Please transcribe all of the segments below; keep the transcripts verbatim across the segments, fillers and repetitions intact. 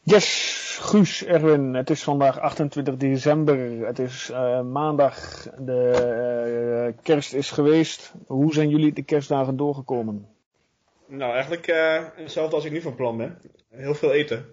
Yes, Guus, Erwin, het is vandaag achtentwintig december, het is uh, maandag, de uh, kerst is geweest. Hoe zijn jullie de kerstdagen doorgekomen? Nou, eigenlijk uh, hetzelfde als ik nu van plan ben. Heel veel eten.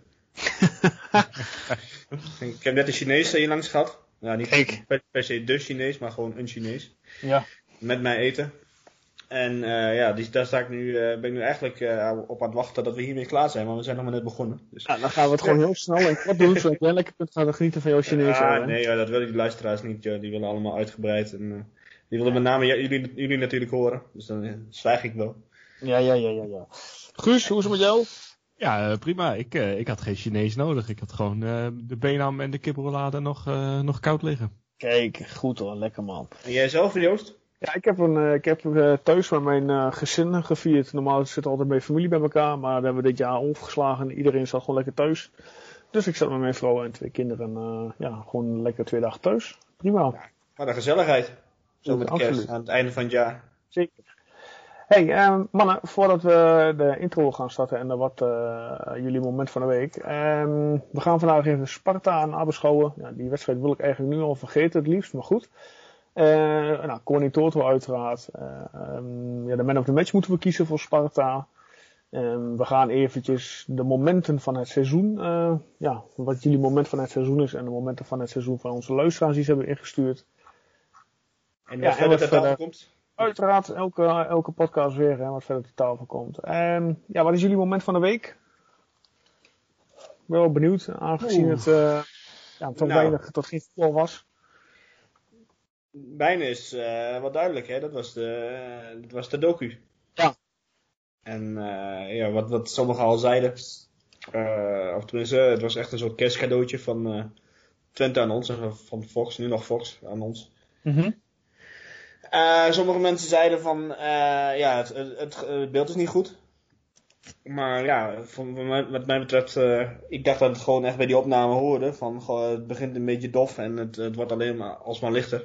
Ik heb net een Chinees hier langs gehad. Nou, niet per, per se de Chinees, maar gewoon een Chinees. Ja. Met mij eten. En uh, ja, die, daar sta ik nu, uh, ben ik nu eigenlijk uh, op aan het wachten dat we hiermee klaar zijn, want we zijn nog maar net begonnen. Dus... Ja, dan gaan we het gewoon heel snel en kort doen, zodat jij lekker kunt gaan genieten van jouw Chinees. Ja, ah, nee, joh, dat willen die luisteraars niet, joh. Die willen allemaal uitgebreid. En, uh, die willen met name jullie, jullie natuurlijk horen, dus dan uh, zwijg ik wel. Ja, ja, ja, ja, ja. Guus, hoe is het met jou? Ja, uh, prima. Ik, uh, ik had geen Chinees nodig. Ik had gewoon uh, de benam en de kippenrollade nog, uh, nog koud liggen. Kijk, goed hoor, lekker man. En jij zelf, Joost? Ja, ik heb, een, uh, ik heb uh, thuis met mijn uh, gezin gevierd. Normaal zit altijd mijn familie bij elkaar, maar we hebben dit jaar omgeslagen. Iedereen zat gewoon lekker thuis. Dus ik zat met mijn vrouw en twee kinderen uh, ja, gewoon lekker twee dagen thuis. Prima. Ja, wat een gezelligheid. Zo Ja, met de kerst absoluut. aan het einde van het jaar. Zeker. Hey, uh, mannen, voordat we de intro gaan starten en dan wat uh, jullie moment van de week. Um, we gaan vandaag even Sparta nabeschouwen. Ja, die wedstrijd wil ik eigenlijk nu al vergeten het liefst, maar goed. Uh, nou, Koning Toto uiteraard. Uh, um, ja, de man of the match moeten we kiezen voor Sparta. Um, we gaan eventjes de momenten van het seizoen, uh, ja, wat jullie moment van het seizoen is en de momenten van het seizoen van onze luisteraars die ze hebben ingestuurd. En Ja, wat en wat verder ter verder- tafel komt? Uiteraard elke, elke podcast weer, hè, wat verder te tafel komt. Um, ja, wat is jullie moment van de week? Ik ben wel benieuwd, aangezien Oeh. het uh, ja, toch Nou. weinig tot geen voetbal was. Bijna is uh, wat duidelijk, hè? Dat was de, uh, dat was de docu. Ja. En uh, ja, wat, wat sommigen al zeiden, uh, of tenminste, het was echt een soort kerstcadeautje van uh, Twente aan ons, en van Fox, nu nog Fox aan ons. Mm-hmm. Uh, sommige mensen zeiden van, uh, ja, het, het, het, het beeld is niet goed. Maar ja, van, van mij, wat mij betreft, uh, ik dacht dat het gewoon echt bij die opname hoorde. Van, goh, het begint een beetje dof en het, het wordt alleen maar alsmaar lichter.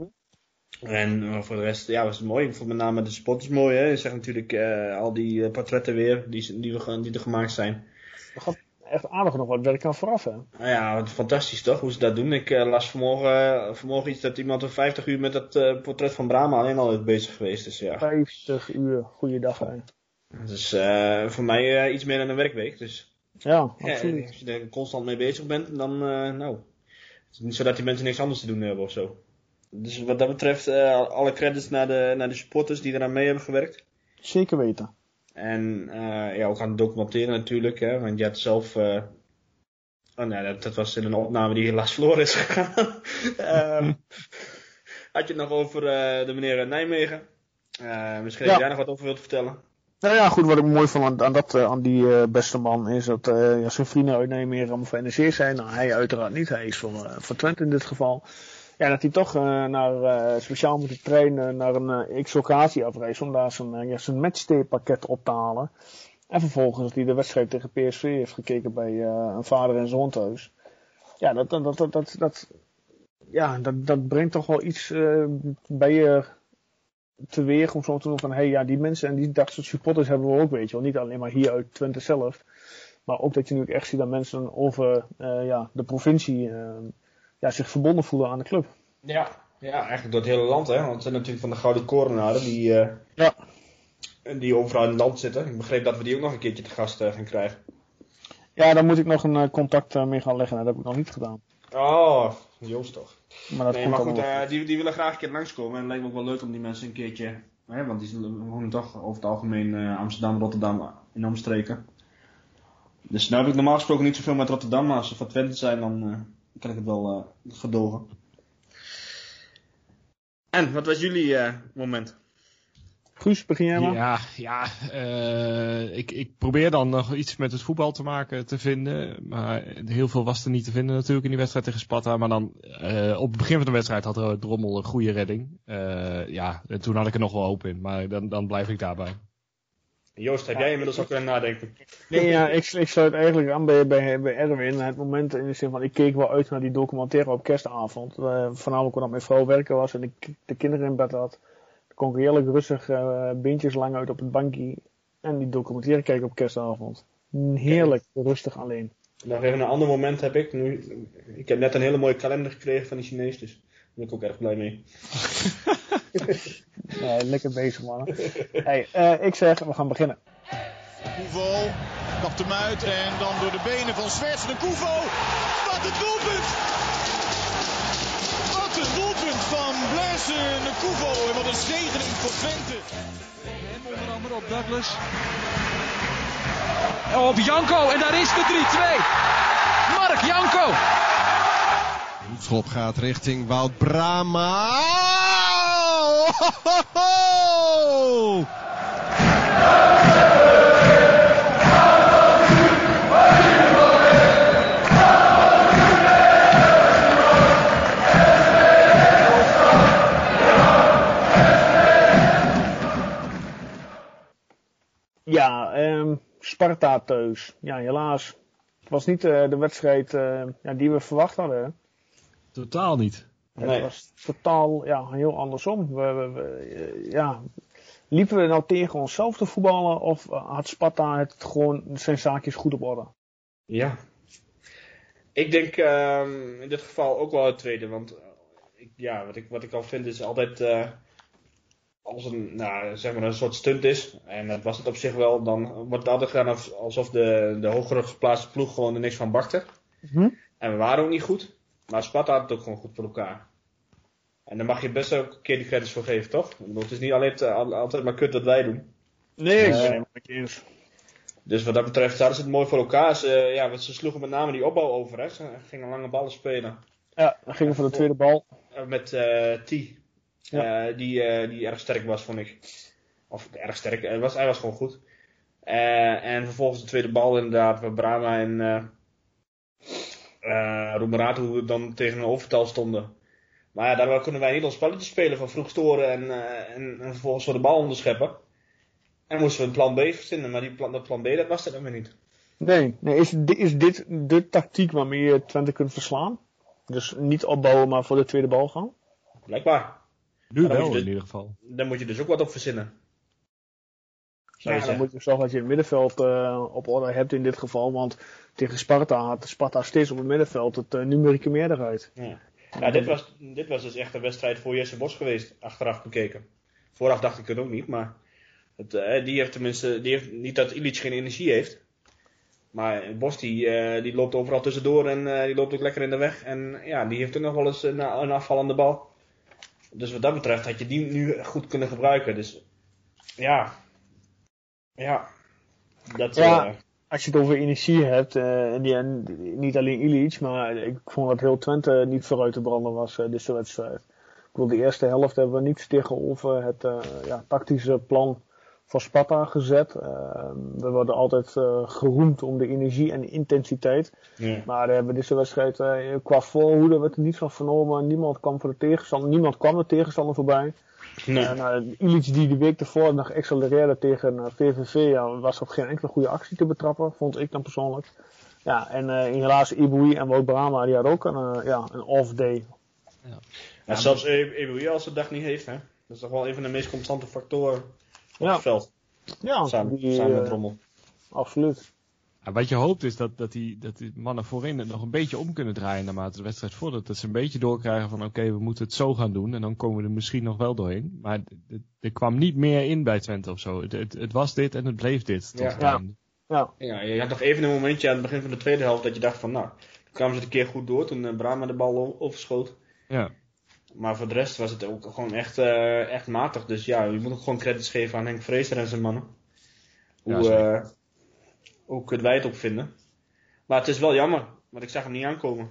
En uh, voor de rest, ja, was het mooi. Ik vond met name de spot is mooi, hè. Je zegt natuurlijk uh, al die uh, portretten weer, die, die, we, die er gemaakt zijn. Er gaat echt aardig nog wat werk aan vooraf, hè? Nou ja, wat fantastisch toch, hoe ze dat doen. Ik uh, las vanmorgen, uh, vanmorgen iets dat iemand er vijftig uur met dat uh, portret van Brahma alleen al is bezig geweest. Dus ja, vijftig uur, goeiedag, hè? dus uh, voor mij uh, iets meer dan een werkweek. Dus Ja, ja, absoluut. als je er constant mee bezig bent, dan uh, nou, het is niet zo dat die mensen niks anders te doen hebben of zo. Dus wat dat betreft, uh, alle credits naar de, naar de supporters die eraan mee hebben gewerkt. Zeker weten. En uh, ja, ook aan het documenteren natuurlijk, hè, want je had zelf, uh, oh nee, dat, dat was in een opname die helaas verloren is gegaan. um, had je het nog over uh, de meneer uit Nijmegen. Uh, misschien Ja. heb je daar nog wat over wilt vertellen. Nou ja, goed, wat ik mooi vond aan, aan, dat, uh, aan die uh, beste man is dat uh, ja, zijn vrienden uit Nijmegen allemaal van N E C zijn. Nou, hij uiteraard niet, hij is voor, uh, voor Twente in dit geval. Ja, dat hij toch uh, naar, uh, speciaal met de trein uh, naar een uh, x-locatie afreist om daar zijn, uh, ja, zijn matchday pakket op te halen. En vervolgens dat hij de wedstrijd tegen P S V heeft gekeken bij uh, een vader en zoon thuis. Ja, dat, dat, dat, dat, dat, ja, dat, dat brengt toch wel iets uh, bij je teweeg om zo te doen van, hé, hey, ja, die mensen en die dat soort supporters hebben we ook, weet je wel. Niet alleen maar hier uit Twente zelf, maar ook dat je nu echt ziet dat mensen over uh, ja, de provincie uh, ja, zich verbonden voelen aan de club. Ja, ja, eigenlijk door het hele land, hè. Want het zijn natuurlijk van de Gouden Korenaren die, uh, Ja. die overal in het land zitten. Ik begreep dat we die ook nog een keertje te gast uh, gaan krijgen. Ja, daar moet ik nog een uh, contact uh, mee gaan leggen. Dat heb ik nog niet gedaan. Oh, Joost toch. Maar dat Nee, komt maar goed, allemaal uh, die, die willen graag een keer langskomen. En het lijkt me ook wel leuk om die mensen een keertje, hè, want die wonen toch over het algemeen uh, Amsterdam, Rotterdam in omstreken. Dus nou heb ik normaal gesproken niet zoveel met Rotterdam, maar als ze van Twente zijn, dan uh, kan ik het wel uh, gedogen. En, wat was jullie uh, moment? Guus, begin jij maar? Ja, ja uh, ik, ik probeer dan nog iets met het voetbal te maken te vinden. Maar heel veel was er niet te vinden natuurlijk in die wedstrijd tegen Sparta. Maar dan uh, op het begin van de wedstrijd had er Drommel een goede redding. Uh, ja, en toen had ik er nog wel hoop in. Maar dan, dan blijf ik daarbij. Joost, heb jij inmiddels ook kunnen nadenken? Nee, ja, ik, ik sluit eigenlijk aan bij, bij, bij Erwin. Het moment in de zin van, ik keek wel uit naar die documentaire op kerstavond. Uh, voornamelijk omdat mijn vrouw werken was en ik de kinderen in bed had. Dan kon ik heerlijk rustig uh, beentjes lang uit op het bankje en die documentaire kijken op kerstavond. Heerlijk, rustig alleen. Nog even een ander moment heb ik. Nu, ik heb net een hele mooie kalender gekregen van die Chinees, dus daar ben ik ook erg blij mee. Nee, lekker bezig, man. Hey, uh, ik zeg, we gaan beginnen. Koevo kapt hem uit en dan door de benen van Zwerts de Koevo. Wat een doelpunt! Wat een doelpunt van Blaise de Koevo en wat een zegening voor Twente. En onder andere op Douglas. Op Janko en daar is de drie twee. Mark Janko. De hoekschop gaat richting Wout Brama. Oh, ho, ho, ho. Ja, um, Sparta thuis. Ja, helaas. Het was niet uh, de wedstrijd uh, ja, die we verwacht hadden. Hè? Totaal niet. Het Nee. was totaal ja, heel andersom. We, we, we, ja, liepen we nou tegen onszelf te voetballen of had Sparta het gewoon zijn zaakjes goed op orde? Ja. Ik denk um, in dit geval ook wel het tweede, want uh, ik, ja, wat ik, wat ik al vind is altijd uh, als een, nou, zeg maar een soort stunt is, en dat was het op zich wel, dan wordt het altijd gedaan alsof de, de hogere geplaatste ploeg gewoon er niks van bakte. Hm? En we waren ook niet goed, maar Sparta had het ook gewoon goed voor elkaar. En daar mag je best ook een keer die credits voor geven, toch? Ik bedoel, het is niet alleen uh, altijd maar kut wat wij doen. Nee, ik Uh, ben helemaal met je eens. Dus wat dat betreft hadden ze het mooi voor elkaar. Ze, ja, ze sloegen met name die opbouw over. Hè. Ze gingen lange ballen spelen. Ja, dan gingen we voor de tweede bal. Uh, met uh, T. Ja. Uh, die, uh, die erg sterk was, vond ik. Of erg sterk. Hij was, hij was gewoon goed. Uh, en vervolgens de tweede bal inderdaad. Waar Brama en uh, uh, Roemeratu dan tegen een overtal stonden. Maar ja, daardoor konden wij niet ons spelletje spelen van vroeg storen en, uh, en, en vervolgens voor de bal onderscheppen. En moesten we een plan B verzinnen, maar die plan, dat plan B dat was er dan weer niet. Nee, nee is, is dit de tactiek waarmee je Twente kunt verslaan? Dus niet opbouwen, maar voor de tweede bal gaan? Blijkbaar. Nu Maar dan wel moet je in dus- ieder geval. Daar moet je dus ook wat op verzinnen. Zou Ja, je dan zeggen. moet je zorgen dat je het middenveld uh, op orde hebt in dit geval. Want tegen Sparta had Sparta steeds op het middenveld het uh, numerieke meerderheid. Ja. Ja, dit, was, dit was dus echt een wedstrijd voor Jesse Bos geweest, achteraf bekeken. Vooraf dacht ik het ook niet, maar het, uh, die heeft tenminste, die heeft, niet dat Ilic geen energie heeft. Maar Bos die, uh, die loopt overal tussendoor en uh, die loopt ook lekker in de weg. En ja, die heeft ook nog wel eens een, een afvallende bal. Dus wat dat betreft had je die nu goed kunnen gebruiken. Dus ja, ja, dat... Ja. Uh, Als je het over energie hebt, uh, en die, en niet alleen Ilic, maar ik vond dat heel Twente niet vooruit te branden was, uh, deze wedstrijd. Ik bedoel, de eerste helft hebben we niets tegenover het uh, ja, tactische plan van Sparta gezet. Uh, we worden altijd uh, geroemd om de energie en de intensiteit. ja. Maar we hebben deze wedstrijd uh, qua voorhoede werd er niets van vernomen. Niemand kwam voor de tegenstander, niemand kwam de tegenstander voorbij. Nee. En uh, Ilic die de week ervoor nog accelereerde tegen uh, V V V, ja, was op geen enkele goede actie te betrappen, vond ik dan persoonlijk. Ja, en uh, helaas Iboui en Wout Brama, die hadden ook een, uh, ja, een off day. Ja, zelfs Eboui als het dag niet heeft, hè. Dat is toch wel een van de meest constante factoren op Ja. het veld. Ja, Samen, die, samen met uh, Rommel. absoluut. Ja, wat je hoopt is dat, dat, die, dat die mannen voorin het nog een beetje om kunnen draaien naarmate de wedstrijd vordert. Dat ze een beetje doorkrijgen van oké, okay, we moeten het zo gaan doen en dan komen we er misschien nog wel doorheen. Maar d- d- er kwam niet meer in bij Twente of zo. Het, het, het was dit en het bleef dit. Tot Ja. het Ja. einde. Ja, Ja, je had nog even een momentje aan het begin van de tweede helft dat je dacht van nou, toen kwamen ze het een keer goed door toen uh, Brama de bal o- overschoot. Ja. Maar voor de rest was het ook gewoon echt, uh, echt matig. Dus ja, je moet ook gewoon credits geven aan Henk Vreeser en zijn mannen. Hoe, Ja, zeker. uh, hoe kunnen wij het ook vinden. Maar het is wel jammer, want ik zag hem niet aankomen.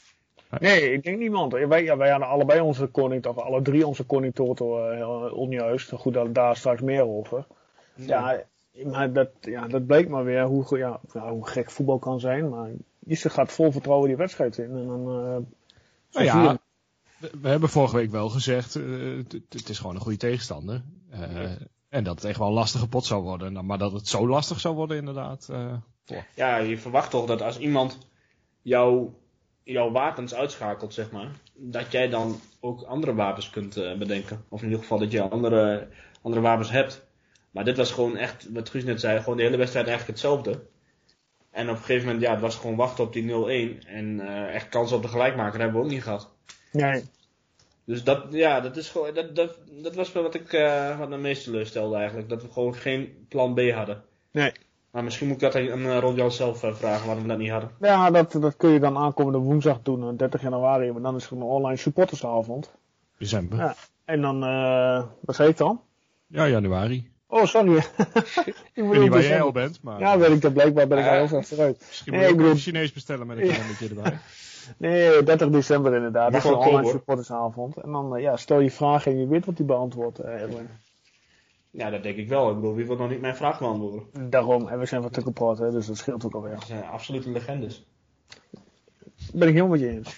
nee, ik denk niemand. Wij, ja, wij hadden allebei onze koning, of alle drie onze koning Toto uh, onjuist. Goed, daar, daar straks meer over. Ja, maar dat, ja, dat bleek maar weer hoe, ge- ja, nou, hoe gek voetbal kan zijn. Maar Jesse gaat vol vertrouwen die wedstrijd in. En dan, uh, Nou zo ja, zie je hem. we, we hebben vorige week wel gezegd, uh, het- het is gewoon een goede tegenstander. Uh, en dat het echt wel een lastige pot zou worden. Nou, maar dat het zo lastig zou worden inderdaad. Uh, Ja, je verwacht toch dat als iemand jou, jouw wapens uitschakelt, zeg maar, dat jij dan ook andere wapens kunt uh, bedenken. Of in ieder geval dat je andere, andere wapens hebt. Maar dit was gewoon echt, wat Guus net zei, gewoon de hele wedstrijd eigenlijk hetzelfde. En op een gegeven moment, ja, het was gewoon wachten op die nul-een. En uh, echt kans op de gelijkmaker hebben we ook niet gehad. Nee. Dus dat, ja, dat is gewoon, dat, dat, dat was wel wat ik, uh, wat me meest teleurstelde eigenlijk. Dat we gewoon geen plan B hadden. Nee. Maar misschien moet ik dat aan uh, Rob Jan zelf uh, vragen waarom we dat niet hadden. Ja, dat, dat kun je dan aankomende woensdag doen, dertig januari. Maar dan is er een online supportersavond. December. Ja. En dan, uh, wat zei ik dan? Ja, januari. Oh, sorry. Ik weet niet waar jij al bent, maar... Ja, weet ik dat. Blijkbaar ben ik Uh, al heel ver vooruit. Misschien Nee, moet je ik ook bedoel- een Chinees bestellen met een kalendertje erbij. Nee, dertig december inderdaad. Dat Mag is een wel online komen, hoor. supportersavond. En dan uh, ja, stel je vragen en je weet wat die beantwoordt, uh, Edwin. Ja, dat denk ik wel. Ik bedoel, wie wil nog niet mijn vraag beantwoorden? Daarom, en we zijn van te kapot, hè, dus dat scheelt ook alweer. Dat zijn absolute legendes. Ben ik helemaal met je eens.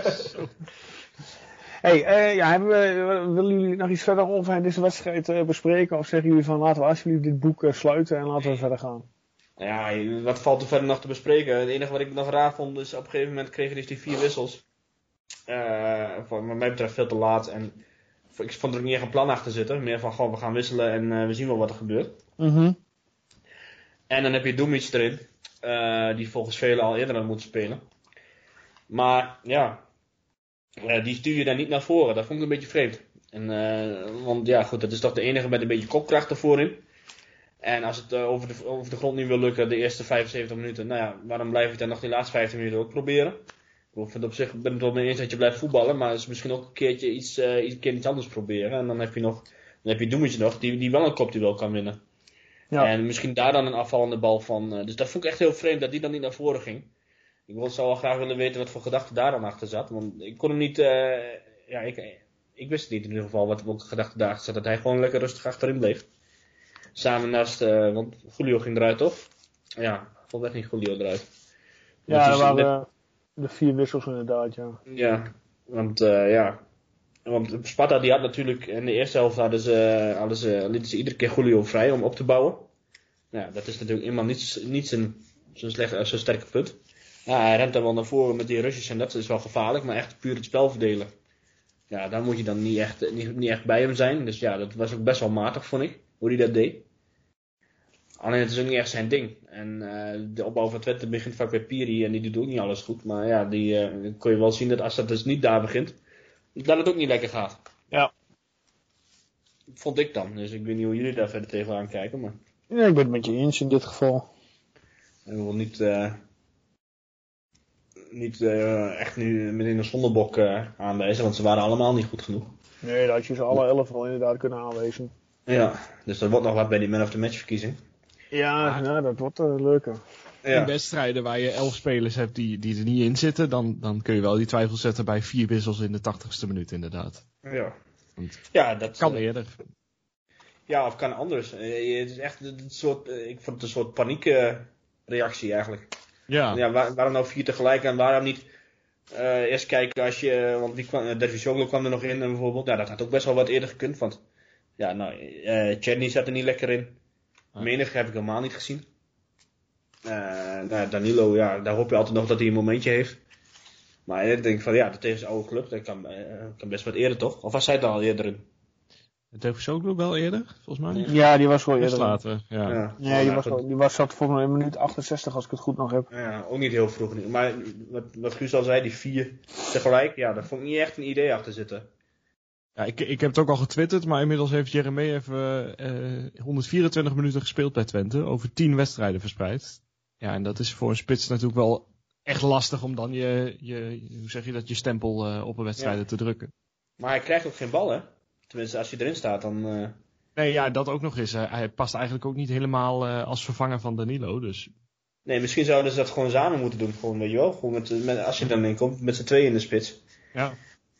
Hey, uh, ja, hebben we, willen jullie nog iets verder over deze wedstrijd uh, bespreken? Of zeggen jullie van laten we alsjeblieft dit boek uh, sluiten en laten we verder gaan? Nou ja, wat valt er verder nog te bespreken? Het enige wat ik nog raar vond is op een gegeven moment kregen dus die vier wissels. Uh, wat mij betreft veel te laat. En ik vond er ook niet echt een plan achter zitten. Meer van gewoon we gaan wisselen en uh, we zien wel wat er gebeurt. Mhm. En dan heb je Dumic erin. Uh, die volgens velen al eerder had moeten spelen. Maar ja, uh, die stuur je dan niet naar voren. Dat vond ik een beetje vreemd. En, uh, want ja goed, dat is toch de enige met een beetje kopkracht ervoor in. En als het uh, over, de, over de grond niet wil lukken, de eerste vijfenzeventig minuten, nou ja, waarom blijf je dan nog die laatste vijftien minuten ook proberen? Ik vind op zich, ben het wel mee eens dat je blijft voetballen, maar het is misschien ook een keertje iets, uh, een keer iets anders proberen. En dan heb je nog, dan heb je Doemetje nog, die, die wel een kopduel kan winnen. Ja. En misschien daar dan een afvallende bal van. Uh, dus dat vond ik echt heel vreemd dat die dan niet naar voren ging. Ik wil, zou wel graag willen weten wat voor gedachte daar dan achter zat. Want ik kon hem niet, uh, ja, ik, ik wist het niet in ieder geval wat welke gedachte daar achter zat. Dat hij gewoon lekker rustig achterin bleef. Samen naast, uh, want Julio ging eruit toch? Ja, vond echt niet Julio eruit. Ja, Want er die- waren uh, de vier wissels inderdaad, ja. Ja, want uh, ja. Want Sparta die had natuurlijk in de eerste helft hadden ze, hadden ze, lieten ze iedere keer Julio vrij om op te bouwen. Ja, dat is natuurlijk helemaal niet, niet zijn, zijn, slechte, zijn sterke punt. Ja, hij rent dan wel naar voren met die rushes en dat is wel gevaarlijk, maar echt puur het spel verdelen. Ja, daar moet je dan niet echt, niet, niet echt bij hem zijn. Dus ja, dat was ook best wel matig, vond ik, hoe hij dat deed. Alleen het is ook niet echt zijn ding. En uh, de opbouw van Twente begint vaak bij Piri en die doet ook niet alles goed. Maar ja, die uh, kon je wel zien dat als dat dus niet daar begint, dat het ook niet lekker gaat. Ja. Vond ik dan. Dus ik weet niet hoe jullie daar verder tegenaan kijken, maar Ja, ik ben het met je eens in dit geval. ik wil niet, uh, niet uh, echt nu meteen een zondebok uh, aanwijzen, want ze waren allemaal niet goed genoeg. Nee, dat had je ze alle elf wel inderdaad kunnen aanwijzen. Ja, dus dat wordt nog wat bij die man of the match verkiezing. Ja, ja dat wordt uh, leuker. In wedstrijden waar je elf spelers hebt die, die er niet in zitten, dan, dan kun je wel die twijfel zetten bij vier wissels in de tachtigste minuut inderdaad. Ja, Want ja dat kan uh, eerder. Ja, of kan anders. Uh, het is echt een soort, uh, ik vond het een soort paniekreactie uh, eigenlijk. Ja, Ja, waar, waarom nou vier tegelijk en waarom niet uh, eerst kijken als je, want wie kwam, uh, Dervisoglu kwam er nog in bijvoorbeeld. Ja, dat had ook best wel wat eerder gekund, want ja, nou, uh, Chadney zat er niet lekker in. Ah. Menig heb ik helemaal niet gezien. Uh, nou, Danilo, ja, daar hoop je altijd nog dat hij een momentje heeft. Maar ik denk van ja, dat tegen zijn oude club, dat kan, uh, kan best wat eerder toch? Of was hij er al eerder in? het heeft ook nog wel eerder, volgens mij niet. Ja, die was wel Best eerder. later, ja. Ja, Ja, die, maar was goed. wel, die was, zat volgens mij in minuut achtenzestig als ik het goed nog heb. Ja, ook niet heel vroeg. niet. Maar wat, wat Guus al zei, die vier tegelijk, ja, daar vond ik niet echt een idee achter zitten. Ja, ik, ik heb het ook al getwitterd, maar inmiddels heeft Jeremie even uh, honderdvierentwintig minuten gespeeld bij Twente, over tien wedstrijden verspreid. Ja, en dat is voor een spits natuurlijk wel echt lastig om dan je, je hoe zeg je dat, je stempel uh, op een wedstrijd Ja. te drukken. Maar hij krijgt ook geen bal, hè? Tenminste, als hij erin staat, dan... Uh... Nee, ja, dat ook nog eens. Hij, hij past eigenlijk ook niet helemaal uh, als vervanger van Danilo, dus... Nee, misschien zouden ze dat gewoon samen moeten doen. Gewoon, weet je wel. Gewoon met, met, als je dan in komt, met z'n tweeën in de spits. Ja.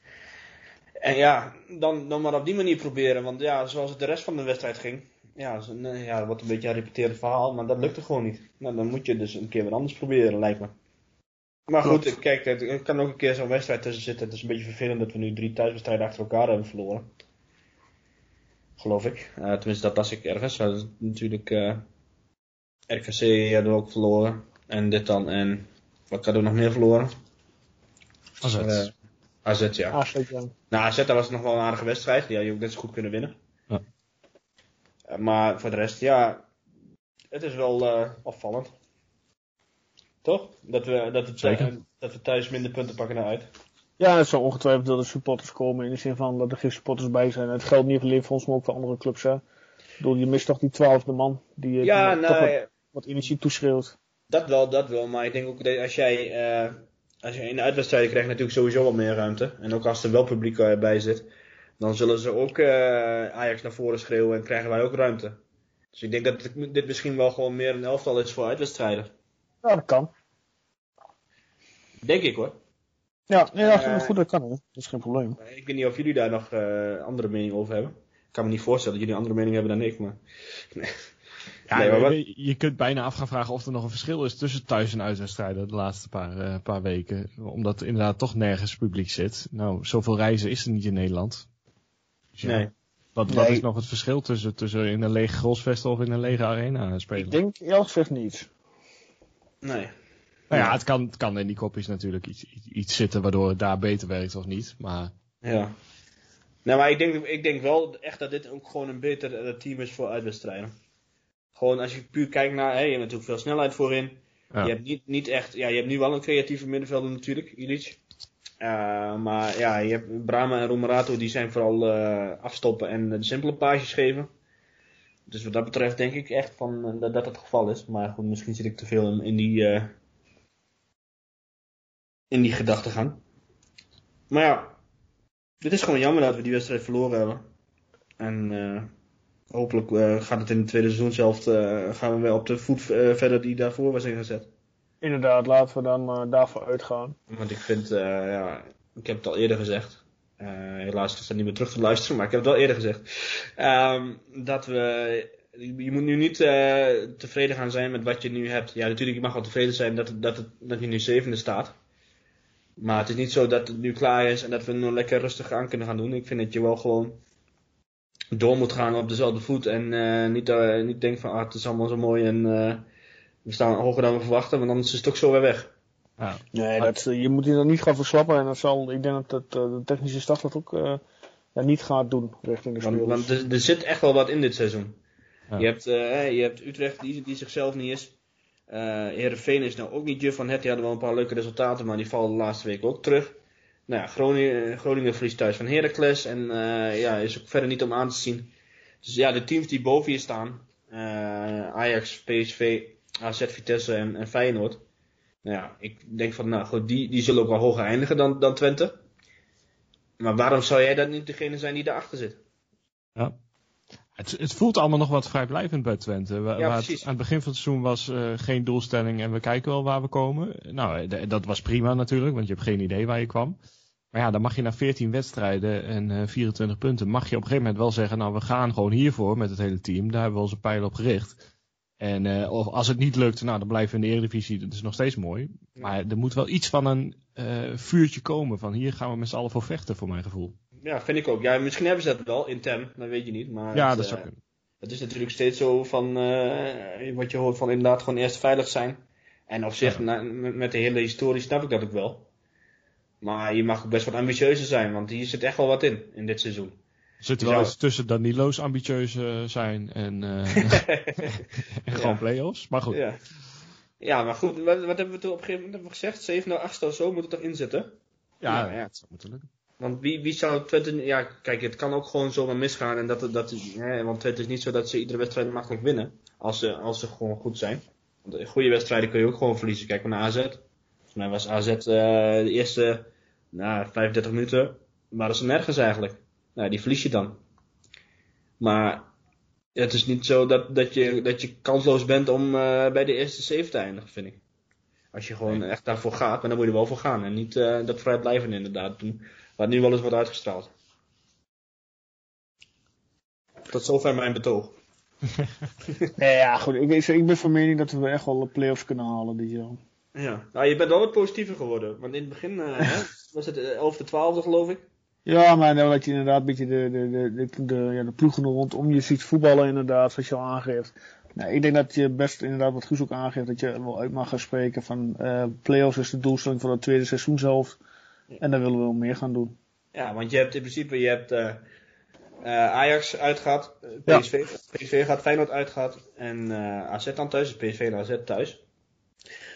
En ja, dan, dan maar op die manier proberen. Want ja, zoals het de rest van de wedstrijd ging... Ja, zo, nee, ja, het wordt een beetje een repeterend verhaal, maar dat lukte gewoon niet. Nou, dan moet je dus een keer wat anders proberen, lijkt me. Maar goed, kijk, er kan ook een keer zo'n wedstrijd tussen zitten. Het is een beetje vervelend dat we nu drie thuiswedstrijden achter elkaar hebben verloren. Geloof ik. Uh, tenminste, dat las ik ergens. Dat is natuurlijk uh, R K C hadden we ook verloren. En dit dan. En wat hadden we nog meer verloren? A Z. Uh, A Z, ja. Ah, zeker. Ja. Nou, A Z, dat was nog wel een aardige wedstrijd. Die had je ook net zo goed kunnen winnen. Ja. Uh, maar voor de rest, ja. Het is wel uh, opvallend. Toch? Dat we, dat we, Zeker. uh, dat we thuis minder punten pakken dan uit. Ja, het zal ongetwijfeld dat er supporters komen in de zin van dat er geen supporters bij zijn. Het geldt niet alleen voor ons, maar ook voor andere clubs. Hè. Ik bedoel, je mist toch die twaalfde man die, uh, Ja, die nou, toch wat, ja, wat energie toeschreeuwt. dat wel, dat wel. Maar ik denk ook dat als jij, uh, als je in de uitwedstrijden krijgt natuurlijk sowieso wat meer ruimte. En ook als er wel publiek uh, bij zit, dan zullen ze ook uh, Ajax naar voren schreeuwen en krijgen wij ook ruimte. Dus ik denk dat dit misschien wel gewoon meer een elftal is voor uitwedstrijden. Ja, dat kan. Denk ik hoor. Ja, ja Uh, goed, dat kan. Hè. Dat is geen probleem. Ik weet niet of jullie daar nog uh, andere mening over hebben. Ik kan me niet voorstellen dat jullie een andere mening hebben dan ik, maar... Nee. Ja, nee, maar wat... je, je kunt bijna af gaan vragen of er nog een verschil is tussen thuis- en uitwedstrijden de laatste paar, uh, paar weken. Omdat er inderdaad toch nergens publiek zit. Nou, zoveel reizen is er niet in Nederland. Dus ja, Nee. Wat, Nee. wat is nog het verschil tussen, tussen in een lege Grosvesten of in een lege arena spelen? Ik denk eerlijk gezegd niet. Nee. Nou ja, het kan, het kan in die kopjes natuurlijk iets, iets, iets zitten waardoor het daar beter werkt of niet. Maar Ja. Nou, maar ik denk, ik denk wel echt dat dit ook gewoon een beter uh, team is voor uitwedstrijden. Gewoon als je puur kijkt naar, hey, je hebt natuurlijk veel snelheid voorin. ja. Je hebt niet, niet echt, ja, je hebt nu wel een creatieve middenvelder natuurlijk, Ilic. Uh, maar ja, je hebt Brahma en Romerato, die zijn vooral uh, afstoppen en uh, de simpele paasjes geven. Dus wat dat betreft denk ik echt van, uh, dat dat het geval is. Maar goed, misschien zit ik te veel in, in die, uh, in die gedachtegang. Maar ja, dit is gewoon jammer dat we die wedstrijd verloren hebben. En uh, hopelijk uh, gaat het in het tweede seizoen zelf, uh, gaan we wel op de voet uh, verder die daarvoor was ingezet. Inderdaad, laten we dan uh, daarvoor uitgaan. Want ik vind, uh, ja, ik heb het al eerder gezegd. Uh, helaas is dat niet meer terug te luisteren, maar ik heb het wel eerder gezegd. Um, dat we, je moet nu niet uh, tevreden gaan zijn met wat je nu hebt. Ja, natuurlijk, je mag wel tevreden zijn dat, het, dat, het, dat je nu zevende staat. Maar het is niet zo dat het nu klaar is en dat we nu lekker rustig aan kunnen gaan doen. Ik vind dat je wel gewoon door moet gaan op dezelfde voet. En uh, niet, uh, niet denken van, ah, het is allemaal zo mooi en uh, we staan hoger dan we verwachten. Want anders is het ook zo weer weg. Ja. Nee, dat, je moet je dan niet gaan verslappen. En dat zal, ik denk dat het, uh, de technische staf dat ook uh, ja, niet gaat doen richting de Want, spelers. want er, er zit echt wel wat in dit seizoen. Ja. Je, hebt, uh, je hebt Utrecht die, die zichzelf niet is. Uh, Heerenveen is nou ook niet juf van het. Die hadden wel een paar leuke resultaten, maar die vallen de laatste week ook terug. Nou ja, Groningen, Groningen verliest thuis van Heracles. En uh, ja, is ook verder niet om aan te zien. Dus ja, de teams die boven je staan. Uh, Ajax, P S V, A Z, Vitesse en, en Feyenoord. Nou ja, ik denk van, nou goed, die, die zullen ook wel hoger eindigen dan, dan Twente. Maar waarom zou jij dan niet degene zijn die daarachter zit? Ja. Het, het voelt allemaal nog wat vrijblijvend bij Twente. Waar, Ja, waar het precies. aan het begin van het seizoen was uh, geen doelstelling en we kijken wel waar we komen. Nou, d- dat was prima natuurlijk, want je hebt geen idee waar je kwam. Maar ja, dan mag je na veertien wedstrijden en uh, vierentwintig punten, mag je op een gegeven moment wel zeggen, nou we gaan gewoon hiervoor met het hele team. Daar hebben we onze pijlen op gericht. En uh, of als het niet lukt, nou dan blijven we in de Eredivisie, dat is nog steeds mooi. Maar er moet wel iets van een uh, vuurtje komen, van hier gaan we met z'n allen voor vechten, voor mijn gevoel. Ja, vind ik ook. Ja, misschien hebben ze dat wel intern, dat weet je niet. Maar Ja, het, dat uh, zou kunnen. het is natuurlijk steeds zo van, uh, wat je hoort van inderdaad gewoon eerst veilig zijn. En op zich, Ja. na, met de hele historie snap ik dat ook wel. Maar je mag ook best wat ambitieuzer zijn, want hier zit echt wel wat in, in dit seizoen. Er zit Je wel zou- eens tussen Danilo's ambitieus uh, zijn en, uh, en gewoon Ja. play-offs. Maar goed. Ja. Ja, maar goed, wat, wat hebben we toen op een gegeven moment hebben we gezegd? zevende, achtste of zo moet het toch inzetten? Ja, Ja, ja. dat zou moeten lukken. Want wie, wie zou Twente... Ja, kijk, het kan ook gewoon zomaar misgaan. En dat, dat, hè, want Twente is niet zo dat ze iedere wedstrijd makkelijk winnen. Als ze, als ze gewoon goed zijn. Want in goede wedstrijden kun je ook gewoon verliezen. Kijk maar naar A Z. Volgens mij was A Z uh, de eerste nou, vijfendertig minuten... waren ze nergens eigenlijk. Nou, die verlies je dan. Maar het is niet zo dat, dat, je, dat je kansloos bent om uh, bij de eerste zeven te eindigen, vind ik. Als je gewoon Nee. echt daarvoor gaat, maar dan moet je er wel voor gaan. En niet uh, dat vrijblijven inderdaad doen. Wat nu wel eens wordt uitgestraald. Tot zover mijn betoog. Nee, ja, goed. Ik, ik, ik ben van mening dat we echt wel de play-offs kunnen halen dit jaar. Ja, nou je bent wel wat positiever geworden. Want in het begin uh, hè, was het elfde, twaalfde geloof ik. Ja, maar nou dat je inderdaad een beetje de, de, de, de, de, ja, de ploegen rondom je ziet voetballen inderdaad, zoals je al aangeeft. Nou, ik denk dat je best inderdaad, wat Guus ook aangeeft, dat je wel uit mag gaan spreken van uh, play-offs is de doelstelling voor de tweede seizoenshelft. En daar willen we wel meer gaan doen. Ja, want je hebt in principe, je hebt uh, uh, Ajax uitgaat, Ja. P S V, P S V gaat, Feyenoord uitgaat en uh, A Z dan thuis, dus P S V en A Z thuis.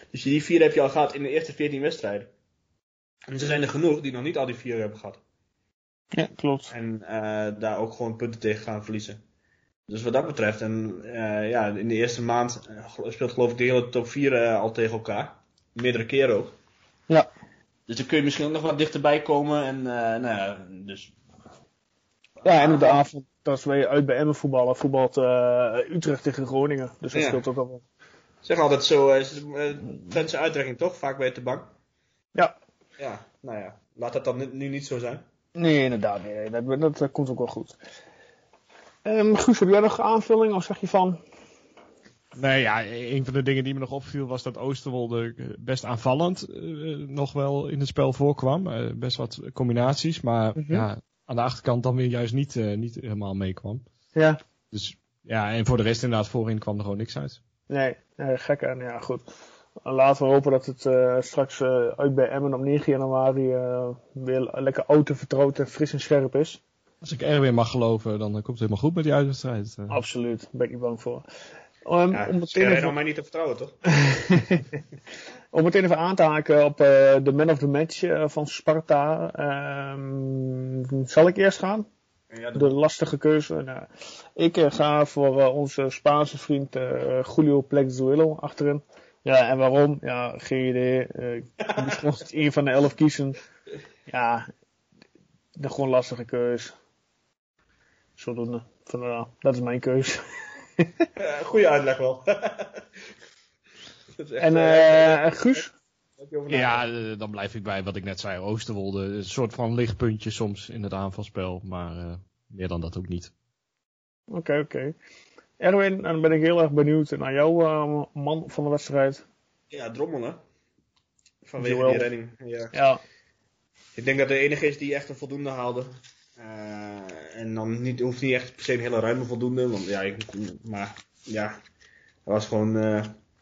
Dus die vier heb je al gehad in de eerste veertien wedstrijden. En er zijn er genoeg die nog niet al die vier hebben gehad. Ja, klopt. En uh, daar ook gewoon punten tegen gaan verliezen. Dus wat dat betreft, en uh, ja, in de eerste maand uh, speelt geloof ik de hele top vier uh, al tegen elkaar. Meerdere keren ook. Ja. Dus dan kun je misschien ook nog wat dichterbij komen. En uh, nou ja, dus... Ja, en op de avond, dat is weer uit bij Emmen voetballen. Voetbalt uh, Utrecht tegen Groningen. Dus dat ja. speelt ook al wel. Zeg altijd zo, uh, uh, Twentse uitdrukking toch? Vaak bij de bank. Ja. Ja, nou ja. Laat dat dan nu niet zo zijn. Nee, inderdaad. Nee, dat, dat, dat komt ook wel goed. Um, Guus, heb jij nog aanvulling of zeg je van... Nee, ja, een van de dingen die me nog opviel was dat Oosterwolde best aanvallend uh, nog wel in het spel voorkwam. Uh, best wat combinaties, maar mm-hmm. ja, aan de achterkant dan weer juist niet, uh, niet helemaal meekwam. Ja. Dus ja, en voor de rest inderdaad voorin kwam er gewoon niks uit. Nee, nee gek en ja goed. Laten we hopen dat het uh, straks uh, uit bij Emmen op negen januari uh, weer lekker oud en vertrouwd en fris en scherp is. Als ik er weer mag geloven, dan uh, komt het helemaal goed met die uitwedstrijd. Uh. Absoluut, daar ben ik niet bang voor. Um, ja, om meteen even... mij niet te vertrouwen, toch? om meteen even aan te haken op uh, de man of the match uh, van Sparta. Um, zal ik eerst gaan? Ja, de lastige keuze. Nou, ik uh, ga voor uh, onze Spaanse vriend uh, Julio Plexuelo achterin. Ja, en waarom? Ja, geen idee. Uh, ik moest gewoon een van de elf kiezen. Ja, de gewoon lastige keus. Zodoende. Van, uh, dat is mijn keus. Ja, goeie uitleg wel. Echt, en uh, uh, Guus? Ja, uh, dan blijf ik bij wat ik net zei. Oosterwolde, een soort van lichtpuntje soms in het aanvalspel. Maar uh, meer dan dat ook niet. Oké, okay, oké. Okay. Erwin, dan ben ik heel erg benieuwd naar jouw uh, man van de wedstrijd. Ja, Drommel hè. Vanwege Joel. Die redding. Ja. ja. Ik denk dat de enige is die echt een voldoende haalde. Uh, en dan niet, hoeft niet echt per se een hele ruime voldoende. Want ja, ik, maar ja, dat was gewoon, uh,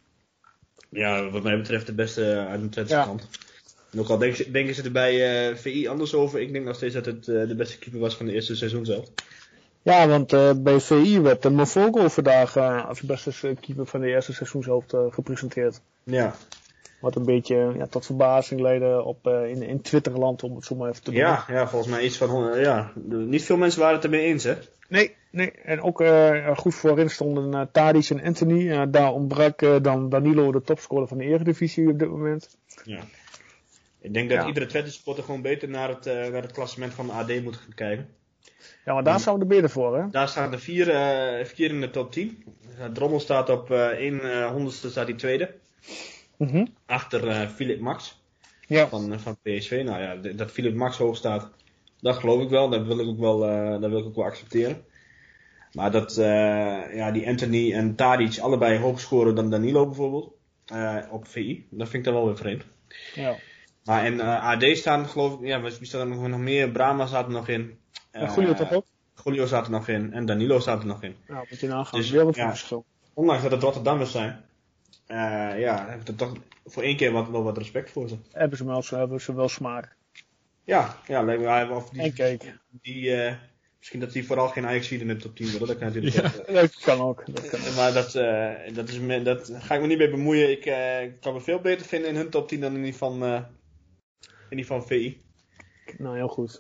ja, wat mij betreft de beste uit de Twentse kant. Ja. En ook al denk, denken ze er bij uh, V I anders over. Ik denk nog steeds dat het uh, de beste keeper was van de eerste seizoen zelf. Ja, want uh, bij V I werd de Mofogo vandaag uh, als de beste keeper van de eerste seizoenshelft uh, gepresenteerd. Ja. Wat een beetje ja, tot verbazing leidde op, uh, in, in Twitterland, om het zo maar even te doen. Ja, ja, volgens mij iets van, uh, ja, niet veel mensen waren het ermee eens, hè? Nee, nee. En ook uh, goed voorin stonden uh, Tadic en Anthony. Uh, daar ontbrak uh, dan Danilo, de topscorer van de Eredivisie op dit moment. Ja. Ik denk dat ja. iedere Twente supporter gewoon beter naar het, uh, naar het klassement van de A D moet gaan kijken. Ja, maar daar staan we de beter voor, hè? Daar staan er vier, uh, vier in de top tien. Drommel staat op uh, één honderdste, staat die tweede. Mm-hmm. Achter uh, Philip Max ja. van, uh, van P S V. Nou ja, dat Philip Max hoog staat, dat geloof ik wel. Dat wil ik ook wel, uh, dat wil ik ook wel accepteren. Maar dat uh, ja, die Anthony en Tadic allebei hoog scoren dan Danilo bijvoorbeeld. Uh, op V I. Dat vind ik dan wel weer vreemd. Ja. Maar in uh, A D staan geloof ik, ja, wie staat er nog, nog meer? Brahma staat er nog in. Uh, en Julio toch ook? Julio staat er nog in. En Danilo staat er nog in. Ja, moet je nagaan. Dus, weer wat ja, verschil. Ondanks dat het Rotterdammers zijn. Uh, ja, heb ik er toch voor één keer wat, wel wat respect voor ze. Hebben ze wel, hebben ze wel smaak. Ja, ja, lijkt me of die, en kijk. Die, uh, misschien dat die vooral geen Ajax in de top tien willen. Dat kan natuurlijk ja, ook, uh, dat kan ook. Dat kan ook. Maar dat, uh, dat, is me, dat ga ik me niet mee bemoeien. Ik uh, kan me veel beter vinden in hun top tien dan in die van, uh, in die van V I. Nou, heel goed.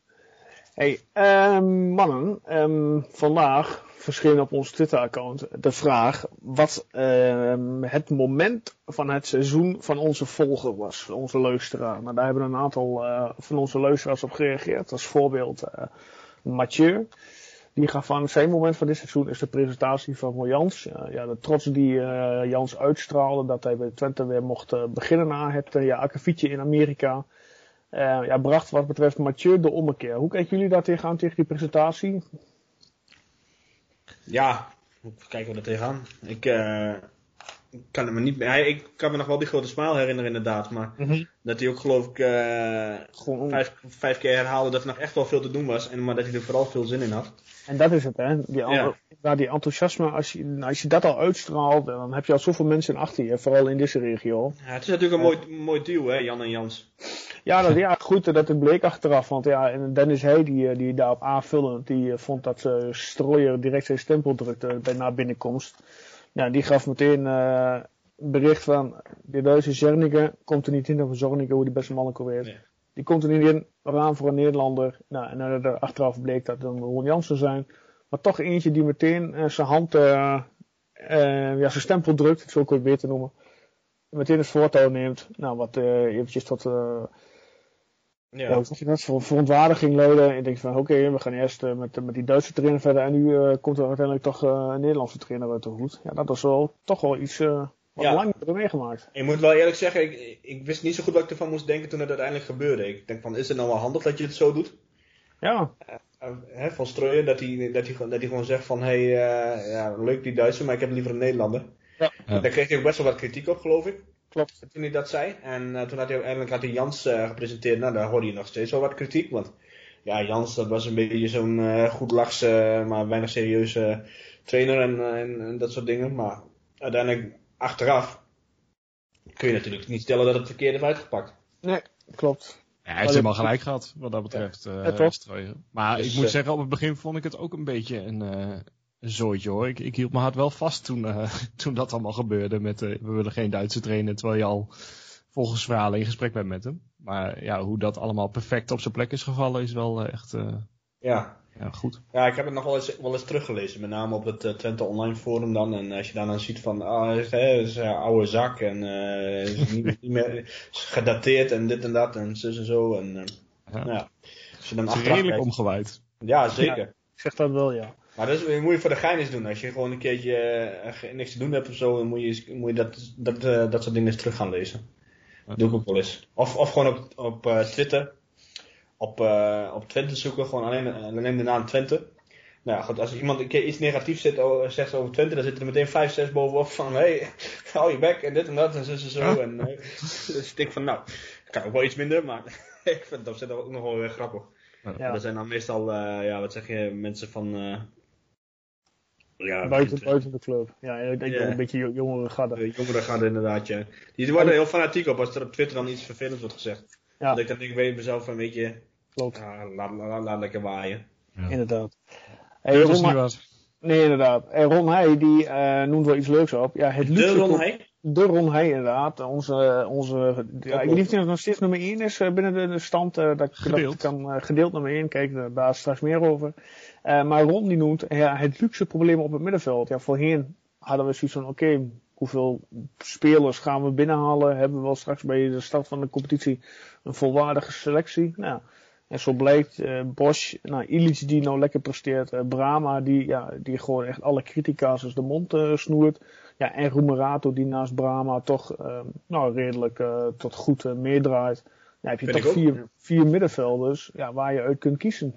Hey, um, mannen, um, vandaag verscheen op ons Twitter-account de vraag wat um, het moment van het seizoen van onze volger was, onze luisteraar. Nou, daar hebben een aantal uh, van onze luisteraars op gereageerd. Als voorbeeld uh, Mathieu. Die gaf aan, zijn moment van dit seizoen is de presentatie van Jans. Uh, ja, de trots die uh, Jans uitstraalde, dat hij bij Twente weer mocht uh, beginnen na het uh, ja, akkefietje in Amerika. Uh, ja, bracht wat betreft Mathieu de ommekeer. Hoe kijken jullie daar tegenaan, tegen die presentatie? Ja, even kijken we er tegenaan. Ik uh, kan het me niet meer. Ik kan me nog wel die grote smile herinneren inderdaad, maar mm-hmm. dat hij ook geloof ik uh, Gewoon vijf, vijf keer herhaalde dat er nog echt wel veel te doen was, en maar dat hij er vooral veel zin in had. En dat is het, hè? Die, ja. Ja, die enthousiasme, als je, als je dat al uitstraalt, dan heb je al zoveel mensen achter je, vooral in deze regio. Ja, het is natuurlijk een mooi, mooi duo, hè, Jan en Jans. Ja, dat, ja, goed dat het bleek achteraf, want ja, en Dennis Hey, die, die daarop aanvullend, die vond dat uh, Strooier direct zijn stempel drukte bij na binnenkomst. Ja, die gaf meteen uh, bericht van de Duitse Zernike komt er niet in, of Zornike, hoe die beste man ook alweer. Nee. Die komt er niet in, raam voor een Nederlander. Nou, en nadat er achteraf bleek dat het een Ron Jansen zijn. Maar toch eentje die meteen uh, zijn hand, uh, uh, ja, zijn stempel drukt, het zo kort weer te noemen. Meteen het voortouw neemt. Nou, wat uh, eventjes tot, uh, Ja. ja, hoe zeg je dat, voor verontwaardiging leiden. Ik denk van, oké, okay, we gaan eerst uh, met, met die Duitse trainer verder. En nu uh, komt er uiteindelijk toch uh, een Nederlandse trainer uit de hoed. Ja, dat was wel, toch wel iets uh, wat Ja. lang hebben meegemaakt. Ik moet wel eerlijk zeggen, ik, ik wist niet zo goed wat ik ervan moest denken toen het uiteindelijk gebeurde. Ik denk van, is het nou wel handig dat je het zo doet? Ja, Uh, hè, van Strooijen, dat hij, dat, hij, dat hij gewoon zegt van, hé, hey, uh, ja, leuk die Duitser, maar ik heb liever een Nederlander. Ja. Ja. Daar kreeg hij ook best wel wat kritiek op, geloof ik. klopt. Toen hij dat zei. En uh, toen had hij uiteindelijk had hij Jans uh, gepresenteerd. Nou, daar hoorde je nog steeds wel wat kritiek. Want ja, Jans, dat was een beetje zo'n uh, goed lachse, maar weinig serieuze trainer en, uh, en, en dat soort dingen. Maar uiteindelijk, achteraf, kun je natuurlijk niet stellen dat het verkeerd heeft uitgepakt. Nee, klopt. Ja, hij heeft helemaal gelijk gehad, wat dat betreft. Uh, Ja, toch? Strooijen. Maar Dus, ik moet uh, zeggen, op het begin vond ik het ook een beetje een, uh, een zooitje hoor. Ik, ik hield mijn hart wel vast toen, uh, toen dat allemaal gebeurde. Met uh, we willen geen Duitse trainer, terwijl je al volgens verhalen in gesprek bent met hem. Maar ja, hoe dat allemaal perfect op zijn plek is gevallen, is wel uh, echt uh, Ja. ja, goed. Ja, ik heb het nog wel eens, wel eens teruggelezen. Met name op het uh, Twente Online Forum dan. En als je dan, dan ziet van, ah, het is een uh, oude zak. En uh, is niet, niet meer is gedateerd en dit en dat. En zus en zo. En uh, Ja. nou ja. Als je dan Het is achteraf redelijk kijkt- omgewaaid. Ja, zeker. Ik zeg dat wel, ja. Maar dat is, moet je voor de gein eens doen. Als je gewoon een keertje uh, niks te doen hebt of zo, dan moet je, eens- moet je dat, dat, uh, dat soort dingen eens terug gaan lezen. Ja. Doe ik ook wel eens. Of, of gewoon op, op uh, Twitter. Op, uh, op Twente zoeken, gewoon alleen, alleen de naam Twente. Nou ja, goed, als iemand een keer iets negatiefs zit, o- zegt over Twente, dan zitten er meteen vijf, zes bovenop van, hé, hey, hou je bek en dit en dat en zo en zo. En uh, dus ik denk van, nou, kan ook wel iets minder, maar ik vind dat zit ook nog wel weer grappig. Ja. Dat zijn dan meestal, uh, ja, wat zeg je, mensen van, uh, ja, Buiten, buiten de club. Ja, ik denk Ja. wel een beetje jo- jongere garde. de jongeren gaan er inderdaad, ja. Die worden er heel fanatiek op als er op Twitter dan iets vervelends wordt gezegd. Ja. Dat ik dan denk, weet ik mezelf een beetje, Klopt, ja, laat, laat, laat lekker waaien. inderdaad. Hey, Nee, dat is Ron, niet wat. nee, inderdaad. Hey, Ron Heij, die uh, noemt wel iets leuks op. Ja, het De luxe Ron co- Heij? De Ron Heij, inderdaad. Onze, onze, ja, ik weet niet of hij nog steeds nummer één is uh, binnen de, de stand. Uh, dat, Gedeeld. dat kan uh, gedeeld nummer één. Kijk, uh, daar is straks meer over. Uh, maar Ron die noemt ja, het luxe probleem op het middenveld. Ja, voorheen hadden we zoiets van, oké, okay, hoeveel spelers gaan we binnenhalen? Hebben we wel straks bij de start van de competitie een volwaardige selectie? Nou, en zo blijkt uh, Bosch, nou, Ilic die nou lekker presteert, uh, Brahma die, ja, die gewoon echt alle critica's de mond uh, snoert. Ja, en Roemerato die naast Brahma toch uh, nou, redelijk uh, tot goed uh, meedraait. Ja, heb je Vind toch ik ook, vier, ja. vier middenvelders ja, waar je uit kunt kiezen.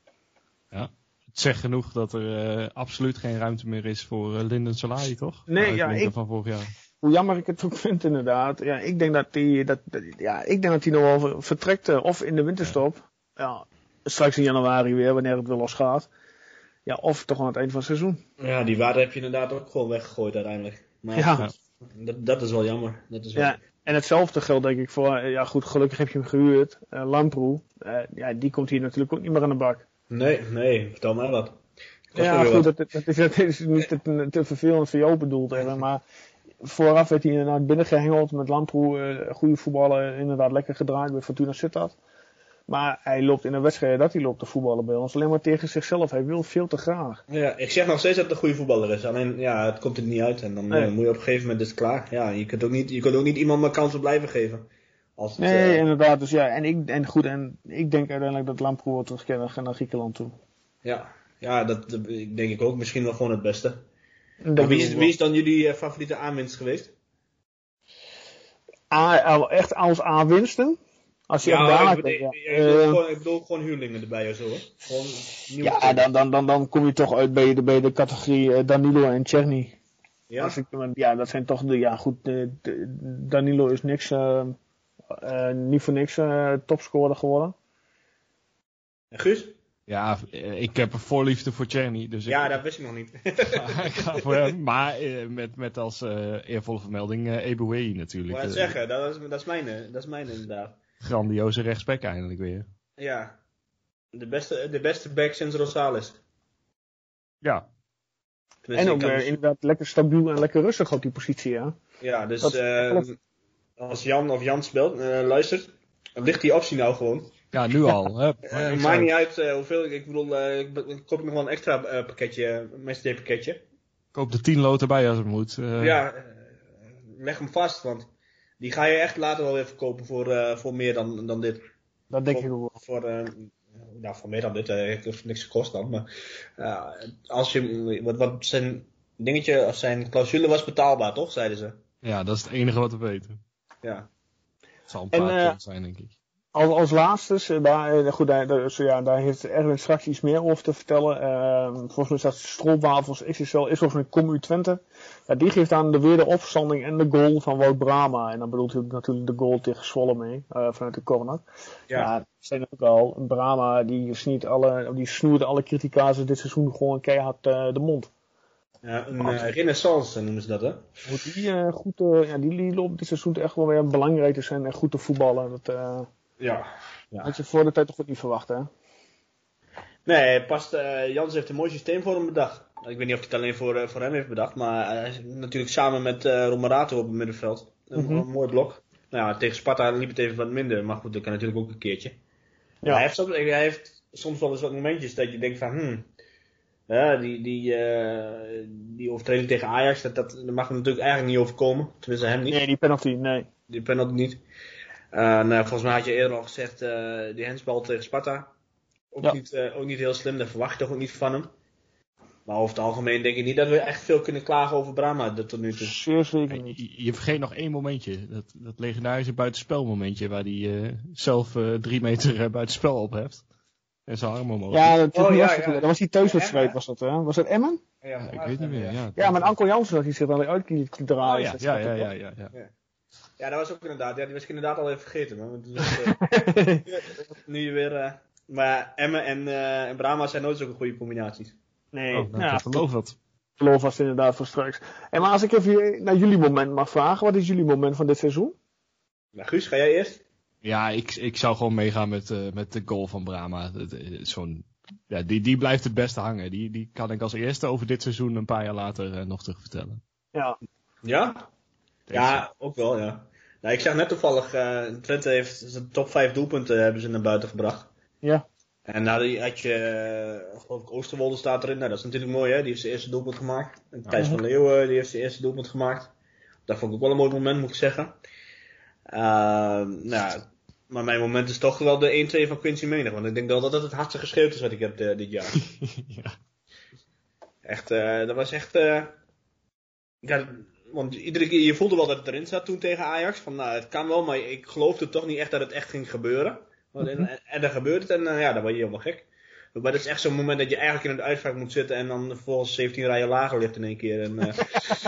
Het zegt genoeg dat er uh, absoluut geen ruimte meer is voor uh, Linden Salai, toch? Nee, Nou, ja, denk ik- van vorig jaar. Hoe jammer ik het ook vind inderdaad. Ja, ik denk dat die, dat, dat- ja, ik denk dat die nog wel ver- vertrekt uh, of in de winterstop. Ja, straks in januari weer, wanneer het weer losgaat. Ja, of toch aan het eind van het seizoen. Ja, die waarde heb je inderdaad ook gewoon weggegooid uiteindelijk. Maar Ja. goed, dat, dat is wel jammer. Dat is wel... Ja, en hetzelfde geldt denk ik voor, uh, ja goed, gelukkig heb je hem gehuurd. Uh, Lamproe, uh, ja, die komt hier natuurlijk ook niet meer aan de bak. Nee, nee, vertel mij wat. Kost Ja, me weer goed, wat. dat, dat, is, dat is niet te, te vervelend voor jou bedoeld, hè, maar vooraf werd hij inderdaad binnengehengeld met Lamproe, uh, goede voetballen, inderdaad lekker gedraaid bij Fortuna Sittard. Maar hij loopt in een wedstrijd dat hij loopt te voetballen bij ons alleen maar tegen zichzelf. Hij wil veel te graag. Ja, ik zeg nog steeds dat het een goede voetballer is. Alleen, ja, het komt er niet uit. En dan Nee. eh, moet je op een gegeven moment, is het klaar. Ja, je kunt ook niet, je kunt ook niet iemand maar kansen blijven geven. Als het, Nee, eh, inderdaad. Dus ja, en ik, en goed, en ik denk uiteindelijk dat Lamproe wordt terugkeert naar Griekenland toe. ja, ja dat, dat denk ik ook. Misschien wel gewoon het beste. En Maar dat wie, ik is, ook wie wel. is dan jullie eh, favoriete aanwinst geweest? A, al- echt als aanwinsten? Als je echt daarna ik, bedoel, kijkt, ik, ja. ik bedoel Eh, gewoon, ik bedoel gewoon huurlingen erbij of zo. Hoor. Gewoon nieuwe ja, spelers. dan, dan, dan, dan kom je toch uit bij de, bij de categorie eh, Danilo en Czerny. Ja? Als ik, ja, dat zijn toch de, ja goed, de, de- Danilo is niks, eh, eh, niet voor niks eh, topscorer geworden. En Guus? Ja, eh, ik heb een voorliefde voor Czerny, dus ik, Ja, dat wist ik nog niet. ik ga voor hem. Maar eh, met, met als eh, eervolle vermelding eh Eboué Ik natuurlijk. wou het Eh, zeggen, dat is, dat is mijn, dat is mijn inderdaad. grandioze rechtsback eindelijk weer. Ja. De beste, de beste back sinds Rosales. Ja, Tenminste, En ik ook kan eh, dus- inderdaad lekker stabiel en lekker rustig op die positie, ja. Ja, dus Dat- uh, als Jan of Jan speelt, uh, luistert, dan ligt die optie nou gewoon. Ja, nu al. Hè. Uh, maakt niet uit uh, hoeveel, ik bedoel, uh, ik, ik koop nog wel een extra uh, pakketje, een Matchday pakketje. Koop de tien loten bij als het moet. Uh... Ja, uh, leg hem vast, want die ga je echt later wel weer verkopen voor, uh, voor meer dan, dan dit. Dat denk voor, ik ook wel. Voor, uh, nou, voor meer dan dit, uh, heeft niks gekost dan. Maar uh, als je, wat, wat zijn dingetje, als zijn clausule was betaalbaar, toch, zeiden ze. Ja, dat is het enige wat we weten. Ja. Het zal een En, paar uh, ton zijn, denk ik. Als, als laatste, daar, goed, daar, daar, zo, ja, daar heeft Erwin straks iets meer over te vertellen. Uh, volgens mij staat Stroopwafels X X L is volgens mij Comu Twente. Ja, die geeft aan de weer de opstanding en de goal van Wout Brama. En dan bedoelt hij natuurlijk de goal tegen Zwolle mee, uh, vanuit de corner. Ja, ja zijn ook al. Brama die snoert alle, die snoerde alle critica's dit seizoen gewoon keihard uh, de mond. Ja, een uh, renaissance noemen ze dat, hè? Goed, die, uh, goed, uh, ja, die, die loopt dit seizoen echt wel weer belangrijk te zijn en goed te voetballen. Dat, uh, Ja. Ja. had je voor de tijd toch ook niet verwacht, hè? Nee, past, uh, Jans heeft een mooi systeem voor hem bedacht. Ik weet niet of hij het alleen voor, uh, voor hem heeft bedacht, maar hij is natuurlijk samen met uh, Romerato op het middenveld. Een, Mm-hmm. een mooi blok. Nou ja, tegen Sparta liep het even wat minder, maar goed, dat kan natuurlijk ook een keertje. Ja. Hij, heeft soms, hij heeft soms wel eens wat momentjes dat je denkt van, hmm, ja, die, die, uh, die overtreding tegen Ajax, dat, dat, dat mag hem natuurlijk eigenlijk niet overkomen. Tenminste hem niet. Nee, die penalty, nee. Die penalty niet. Uh, nou, volgens mij had je eerder al gezegd, uh, die handsbal tegen Sparta. Ook, ja. niet, uh, ook niet heel slim, dat verwacht je toch ook niet van hem. Maar over het algemeen denk ik niet dat we echt veel kunnen klagen over Brahma tot nu toe. Zeer zeker niet. Je, je vergeet nog één momentje. Dat, dat legendarische buitenspelmomentje waar hij uh, zelf uh, drie meter uh, buitenspel op heeft. En zijn arm omhoog. Ja, dat, oh, was ja, het, ja. dat was die thuiswedstrijd, was dat, hè? Was dat Emmen? Ja, ja, ik weet niet meer. Ja, Ja, maar Anko Jansen dat hij zich dan weer uit liet draaien. Oh, ja, ja, ja, ja, ja, ja. ja. Ja, dat was ook inderdaad. Ja, die was ik inderdaad al even vergeten. Maar dus, uh, nu weer. Uh, maar Emmen en, uh, en Brahma zijn nooit zo'n goede combinaties. Nee, oh, nou, ja, ik geloof dat. Ik geloof vast inderdaad voor straks. En maar als ik even naar jullie moment mag vragen, wat is jullie moment van dit seizoen? Nou, Guus, ga jij eerst? Ja, ik, ik zou gewoon meegaan met, uh, met de goal van Brahma. Zo'n, ja, die, die blijft het beste hangen. Die, die kan ik als eerste over dit seizoen een paar jaar later uh, nog terug vertellen. Ja. Ja? Deze. Ja, ook wel, ja. Nou, ik zag net toevallig, uh, Twente heeft zijn top vijf doelpunten hebben ze naar buiten gebracht. Ja. En nou had je, uh, geloof ik, Oosterwolde staat erin. Nou, dat is natuurlijk mooi, hè. Die heeft zijn eerste doelpunt gemaakt. En Thijs van Leeuwen, die heeft zijn eerste doelpunt gemaakt. Dat vond ik ook wel een mooi moment, moet ik zeggen. Uh, nou, maar mijn moment is toch wel de één twee van Quincy Menig. Want ik denk wel dat dat het hardste geschreeuwd is wat ik heb uh, dit jaar. Ja. Echt, uh, dat was echt... Uh, ja, want iedere keer, je voelde wel dat het erin zat toen tegen Ajax. Van, nou, het kan wel, maar ik geloofde toch niet echt dat het echt ging gebeuren. Want, en, en, en dan gebeurt het en uh, ja, dan word je helemaal gek. Maar dat is echt zo'n moment dat je eigenlijk in het uitvak moet zitten en dan vervolgens zeventien rijen lager ligt in één keer. En, uh,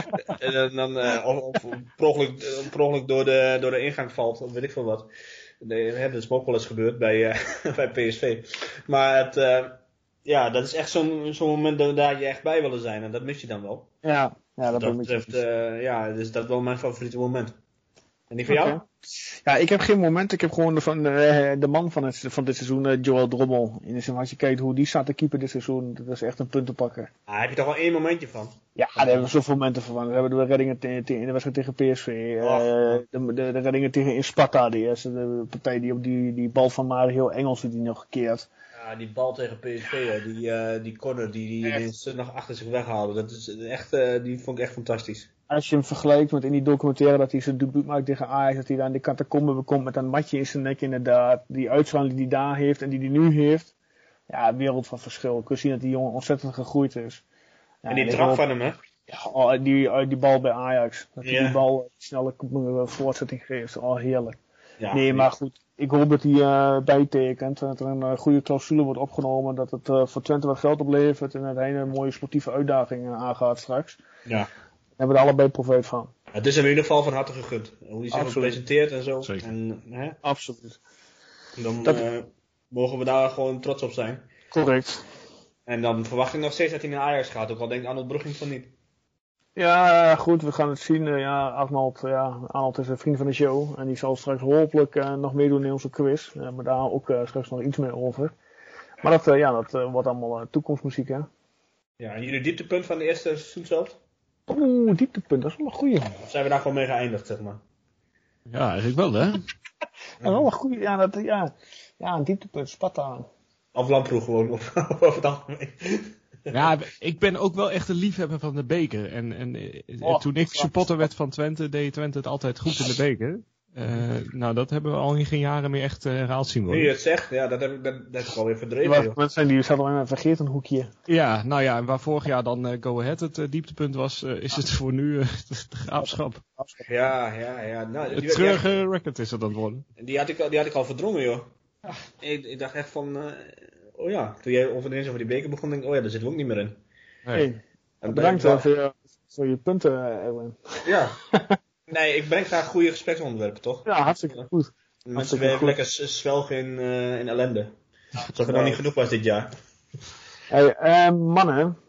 en dan uh, of, of per ongeluk, per ongeluk door, de, door de ingang valt, of weet ik veel wat. Dat is ook wel eens gebeurd bij, uh, bij P S V. Maar het, uh, ja, dat is echt zo'n, zo'n moment dat daar je echt bij willen zijn en dat mis je dan wel. Ja, ja dat, dat betreft, uh, ja, dus dat is wel mijn favoriete moment. En die van okay. jou? Ja, ik heb geen moment. Ik heb gewoon de, van, de, de man van, het, van dit seizoen, uh, Joël Drommel. In de zin, als je kijkt hoe die staat te keeper dit seizoen, dat is echt een puntenpakker. Ah, heb je toch wel één momentje van? Ja, daar hebben we zoveel momenten van. We hebben de reddingen te, te, in de wedstrijd tegen P S V. Uh, de, de, de reddingen tegen in Sparta. Die eerste de partij die op die, die bal van Mario Engels die nog gekeerd. Ja, die bal tegen P S V, hè, die, uh, die corner die, die, die ze nog achter zich weghaalden. Dat is echt, uh, die vond ik echt fantastisch. Als je hem vergelijkt met in die documentaire dat hij zijn debuut maakt tegen Ajax, dat hij daar aan de catacombe komt met een matje in zijn nek inderdaad. Die uitstraling die hij daar heeft en die hij nu heeft. Ja, wereld van verschil. Ik kan zien dat die jongen ontzettend gegroeid is. Ja, en die trap van hem, hè? Ja, oh, die, die bal bij Ajax. Dat hij ja. die bal snelle voortzetting geeft. Oh, heerlijk. Ja, nee, maar goed. Ik hoop dat hij uh, bijtekent. Dat er een uh, goede clausule wordt opgenomen. Dat het uh, voor Twente wat geld oplevert. En uiteindelijk een mooie sportieve uitdaging uh, aangaat straks. Ja. Daar hebben we er allebei profijt van. Het is hem in ieder geval van harte gegund. Hoe hij zich ook presenteert en zo. Zeker. En, hè? Absoluut. Dan dat... uh, mogen we daar gewoon trots op zijn. Correct. En dan verwacht ik nog steeds dat hij naar Ajax gaat. Ook al denkt Arnold Brugging van niet. Ja, goed, we gaan het zien. Uh, ja, Arnold, ja, Arnold is een vriend van de show. En die zal straks hopelijk uh, nog meedoen in onze quiz. Uh, maar daar ook uh, straks nog iets meer over. Maar dat, uh, ja, dat uh, wordt allemaal uh, toekomstmuziek, hè. Ja, en jullie dieptepunt van de eerste seizoenshelft? Oeh, dieptepunt, dat is wel een goeie. Of zijn we daar gewoon mee geëindigd, zeg maar? Ja, eigenlijk wel, hè? Dat is wel een goeie, ja, dat, ja, ja, een dieptepunt, Sparta. Of Lamproe gewoon, of over het algemeen. Ja, ik ben ook wel echt een liefhebber van de beker. En, en eh, Oh, toen ik supporter werd van Twente, deed Twente het altijd goed in de beker. Uh, nou, dat hebben we al in geen jaren meer echt uh, herhaald zien worden. Nu je het zegt, ja, dat heb ik, dat, dat heb ik alweer verdreven. Ja, mensen zijn die zaten al vergeet een hoekje. Ja, nou ja, en waar vorig jaar dan uh, Go Ahead het uh, dieptepunt was, uh, is het voor nu uh, de Graafschap. Ja, ja, ja. Nou, Het treurige die, record is er dan worden. Die had ik, die had ik al verdrongen, joh. Ja. Ik, ik dacht echt van, uh, oh ja, toen jij over ineens over die beker begon, denk ik, oh ja, daar zitten we ook niet meer in. Nee. Hey, bedankt wel voor, je, voor je punten, Erwin. Ja. Nee, ik breng graag goede gespreksonderwerpen, toch? Ja, hartstikke goed. Mensen weer even lekker zwelgen in, uh, in ellende. Ja, alsof het nog niet genoeg was dit jaar. Hey, uh, mannen.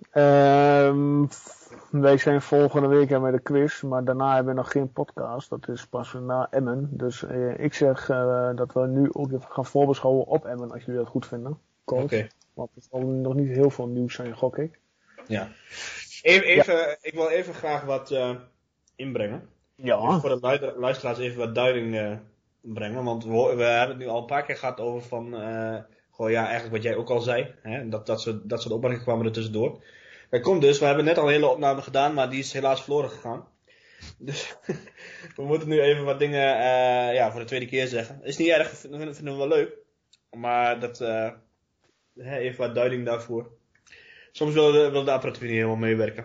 Uh, wij zijn volgende week met de quiz, maar daarna hebben we nog geen podcast. Dat is pas na Emmen. Dus uh, ik zeg uh, dat we nu ook even gaan voorbeschouwen op Emmen, als jullie dat goed vinden. Oké. Okay. Want er zal nog niet heel veel nieuws zijn, gok ik. Ja. Even, even, ja. Ik wil even graag wat uh, inbrengen. Ja. Even voor de luisteraars even wat duiding uh, brengen. Want we, we hebben het nu al een paar keer gehad over van... Uh, gewoon ja, eigenlijk wat jij ook al zei. Hè, dat, dat, soort, dat soort opmerkingen kwamen er tussendoor. Dat komt dus, we hebben net al een hele opname gedaan, maar die is helaas verloren gegaan. Dus we moeten nu even wat dingen uh, ja, voor de tweede keer zeggen. Is niet erg, vinden, vinden we wel leuk. Maar dat, uh, even wat duiding daarvoor. Soms wil de, wil de apparatuur niet helemaal meewerken.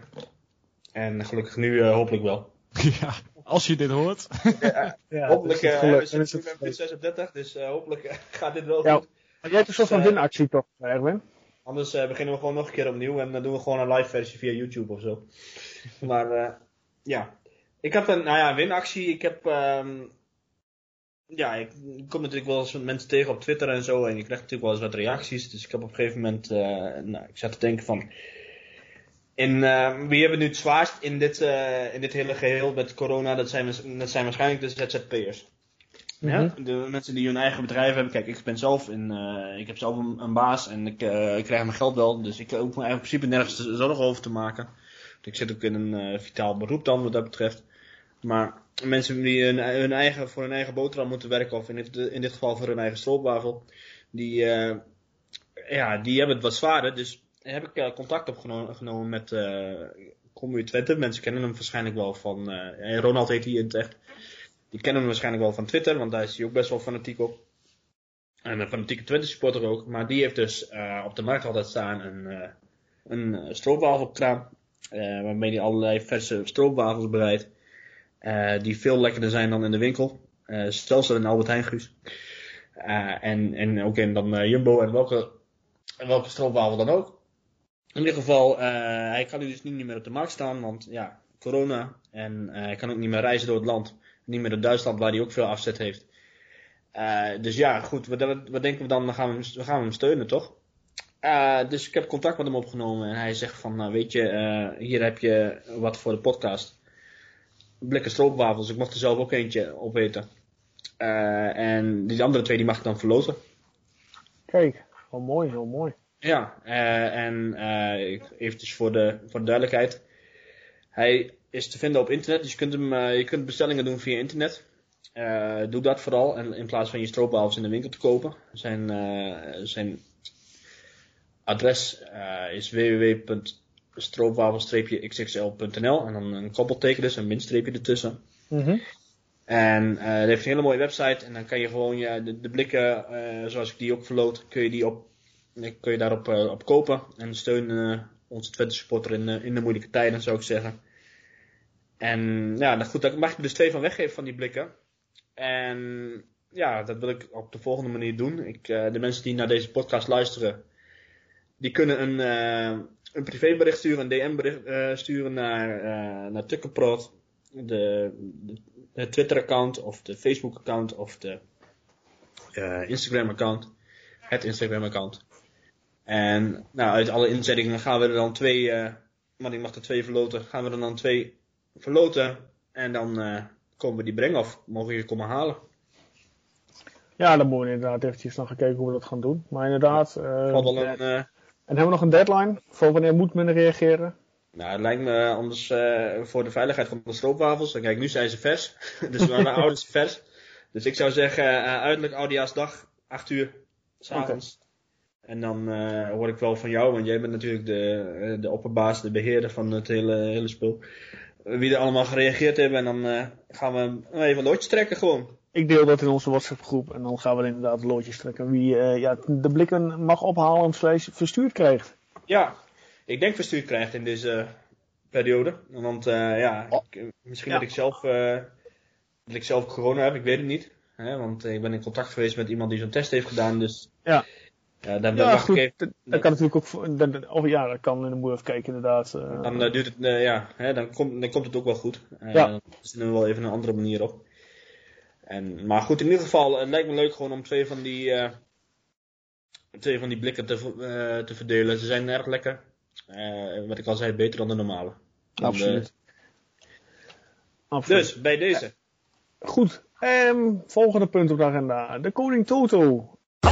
En gelukkig nu uh, hopelijk wel. Ja, als je dit hoort. Ja, ja, hopelijk, uh, we zitten nu bij zesendertig, dus uh, hopelijk uh, gaat dit wel ja. goed. Maar jij hebt een soort van winactie toch, Erwin? Anders uh, beginnen we gewoon nog een keer opnieuw en dan doen we gewoon een live versie via YouTube of zo. Maar uh, ja, ik heb een nou ja, winactie. Ik heb, um, ja, ik kom natuurlijk wel eens met mensen tegen op Twitter en zo en je krijgt natuurlijk wel eens wat reacties. Dus ik heb op een gegeven moment, uh, nou, ik zat te denken van, in, uh, wie hebben nu het zwaarst in dit, uh, in dit hele geheel met corona? Dat zijn, dat zijn waarschijnlijk de Z Z P'ers. Ja, de mensen die hun eigen bedrijf hebben. Kijk, ik ben zelf in, uh, ik heb zelf een, een baas en ik, uh, ik krijg mijn geld wel. Dus ik hoef me in principe nergens zorgen over te maken. Ik zit ook in een uh, vitaal beroep dan wat dat betreft. Maar mensen die hun, hun eigen, voor hun eigen boterham moeten werken, of in dit, in dit geval voor hun eigen stroopwafel, die, uh, ja, die hebben het wat zwaarder. Dus heb ik uh, contact opgenomen met uh, Commu Twente. Mensen kennen hem waarschijnlijk wel van, uh, Ronald heet hij in het echt. Die kennen hem waarschijnlijk wel van Twitter, want daar is hij ook best wel fanatiek op. En een fanatieke Twente supporter ook. Maar die heeft dus uh, op de markt altijd staan een, uh, een stroopwafelkraam. Uh, waarmee hij allerlei verse stroopwafels bereidt. Uh, die veel lekkerder zijn dan in de winkel. Uh, zelfs in Albert Heijn, Guus. Uh, en, en ook in dan uh, Jumbo en welke, en welke stroopwafel dan ook. In ieder geval, uh, hij kan nu dus niet meer op de markt staan, want ja, corona. En uh, hij kan ook niet meer reizen door het land. Niet meer door Duitsland, waar hij ook veel afzet heeft. Uh, dus ja, goed, wat, wat denken we dan? Dan gaan we, we gaan hem steunen, toch? Uh, dus ik heb contact met hem opgenomen en hij zegt van, nou weet je, uh, hier heb je wat voor de podcast. Blikken stroopwafels, ik mocht er zelf ook eentje opeten. Uh, en die andere twee die mag ik dan verloten. Kijk, heel mooi, heel mooi. Ja, uh, en uh, eventjes voor de, voor de duidelijkheid. Hij is te vinden op internet, dus je kunt, hem, uh, je kunt bestellingen doen via internet. Uh, doe dat vooral, en in plaats van je stroopwafels in de winkel te kopen. Zijn, uh, zijn adres uh, is w w w punt stroopwafels x x l punt n l en dan een koppelteken, dus een minstreepje ertussen. Mm-hmm. En uh, hij heeft een hele mooie website en dan kan je gewoon ja, de, de blikken, uh, zoals ik die ook verloot, kun je, die op, kun je daarop uh, op kopen. En steun uh, onze Twente supporter in, uh, in de moeilijke tijden, zou ik zeggen. En ja, nou goed, daar mag ik dus twee van weggeven van die blikken. En ja, dat wil ik op de volgende manier doen. Ik, uh, de mensen die naar deze podcast luisteren, die kunnen een, uh, een privébericht sturen, een D M-bericht uh, sturen naar, uh, naar Tukkenproot. De, de, de Twitter-account of de Facebook-account of de uh, Instagram-account. Het Instagram-account. En nou, uit alle inzettingen gaan we er dan twee, uh, maar ik mag er twee verloten, gaan we er dan twee verloten. En dan uh, komen we die brengen of mogen jullie komen halen. Ja, dan moeten we inderdaad eventjes nog kijken hoe we dat gaan doen. Maar inderdaad. Uh, Valt wel een, uh, en hebben we nog een deadline? Voor wanneer moet men reageren? Nou, het lijkt me anders uh, voor de veiligheid van de stroopwafels. Kijk, nu zijn ze vers. Dus mijn ouders zijn vers. Dus ik zou zeggen, uh, uiterlijk Oudejaarsdag, acht uur, s'avonds. Okay. En dan uh, hoor ik wel van jou, want jij bent natuurlijk de, de opperbaas, de beheerder van het hele, hele spul. Wie er allemaal gereageerd hebben en dan uh, gaan we even loodjes trekken gewoon. Ik deel dat in onze WhatsApp groep en dan gaan we inderdaad loodjes trekken. Wie uh, ja, de blikken mag ophalen slash verstuurd krijgt. Ja, ik denk verstuurd krijgt in deze periode. Want uh, ja, oh. ik, misschien ja. dat ik zelf uh, dat ik zelf corona heb, ik weet het niet. Hè, want ik ben in contact geweest met iemand die zo'n test heeft gedaan, dus... Ja. Ja, dan ja, wacht goed, ik even. Dat, dat kan natuurlijk ook, dat, of ja, dat kan in de moeder even kijken inderdaad. Uh, dan uh, duurt het, uh, ja, hè, dan, komt, dan komt het ook wel goed. Uh, ja. Dan is er wel even een andere manier op. En, maar goed, in ieder geval, het lijkt me leuk gewoon om twee van die, uh, twee van die blikken te, uh, te verdelen. Ze zijn erg lekker. Uh, wat ik al zei, beter dan de normale. Absoluut. De... Absoluut. Dus, bij deze. Uh, goed, um, volgende punt op de agenda. De Koning Toto.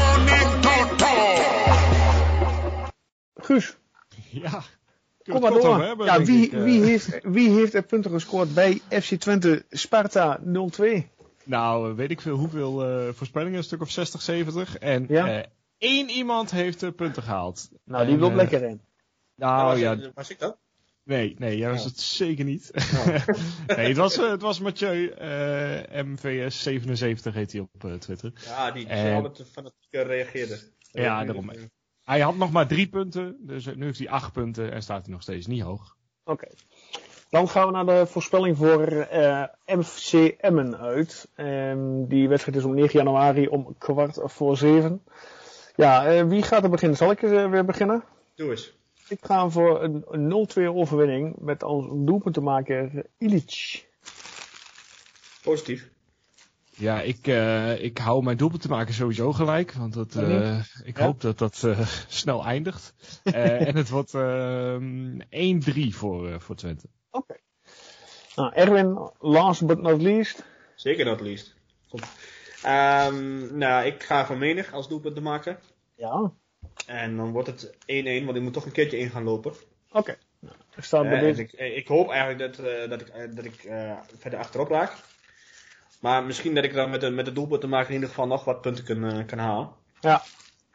Guus. Ja. Kom maar door. Hebben, ja, wie, ik, uh... wie, heeft, wie heeft er punten gescoord bij F C Twente Sparta nul twee? Nou, weet ik veel hoeveel uh, voorspellingen, een stuk of zestig, zeventig. En ja? uh, één iemand heeft uh, punten gehaald. Nou, die en, wil uh, lekker in. Nou was, ja. Was ik dat? Nee, nee, jij was oh. het zeker niet. Oh. nee, het was, uh, het was Mathieu, uh, M V S zevenenzeventig heet hij op uh, Twitter. Ja, die, die en... altijd fanatiek reageerde. Ja, daarom. Hij had nog maar drie punten, dus nu heeft hij acht punten en staat hij nog steeds niet hoog. Oké. Okay. Dan gaan we naar de voorspelling voor uh, F C Emmen uit. Um, die wedstrijd is op negen januari om kwart voor zeven. Ja, uh, wie gaat er beginnen? Zal ik uh, weer beginnen? Doe eens. Ik ga voor een, een nul twee overwinning met als doelpuntenmaker Ilic. Positief. Ja, ik, uh, ik hou mijn doelpunt te maken sowieso gelijk. Want dat, uh, ik ja? hoop dat dat uh, snel eindigt. uh, en het wordt uh, één drie voor, uh, voor Twente. Oké. Okay. Nou, Erwin, last but not least. Zeker not least. Goed. Um, nou, ik ga voor Menig als doelpunt te maken. Ja. En dan wordt het één één, want ik moet toch een keertje in gaan lopen. Oké. Okay. Nou, er staat bij uh, deze... ik, ik hoop eigenlijk dat, uh, dat ik, uh, dat ik uh, verder achterop raak. Maar misschien dat ik dan met de, met de doelpunt te maken in ieder geval nog wat punten kan, uh, kan halen. Ja.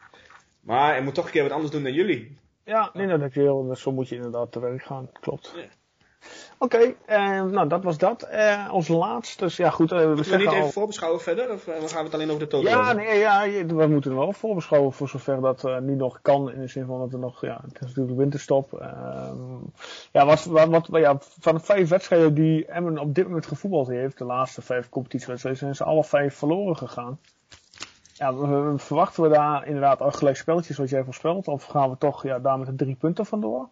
Maar ik moet toch een keer wat anders doen dan jullie. Ja, nee, dat heb je heel, zo moet je inderdaad te werk gaan. Klopt. Ja. Oké, okay, uh, nou dat was dat. Uh, als laatste, dus ja goed. Uh, we moeten we niet even al... voorbeschouwen verder? Of uh, gaan we het alleen over de toto? Ja, nee, ja, we moeten wel voorbeschouwen voor zover dat uh, nu nog kan. In de zin van dat er nog, ja, het is natuurlijk winterstop. Uh, ja, wat, wat, wat, ja, van de vijf wedstrijden die Emmen op dit moment gevoetbald heeft, de laatste vijf competitiewedstrijden, zijn ze alle vijf verloren gegaan. Ja, we, we, verwachten we daar inderdaad al gelijk spelletjes wat jij voorspelt? Of gaan we toch ja, daar met de drie punten vandoor?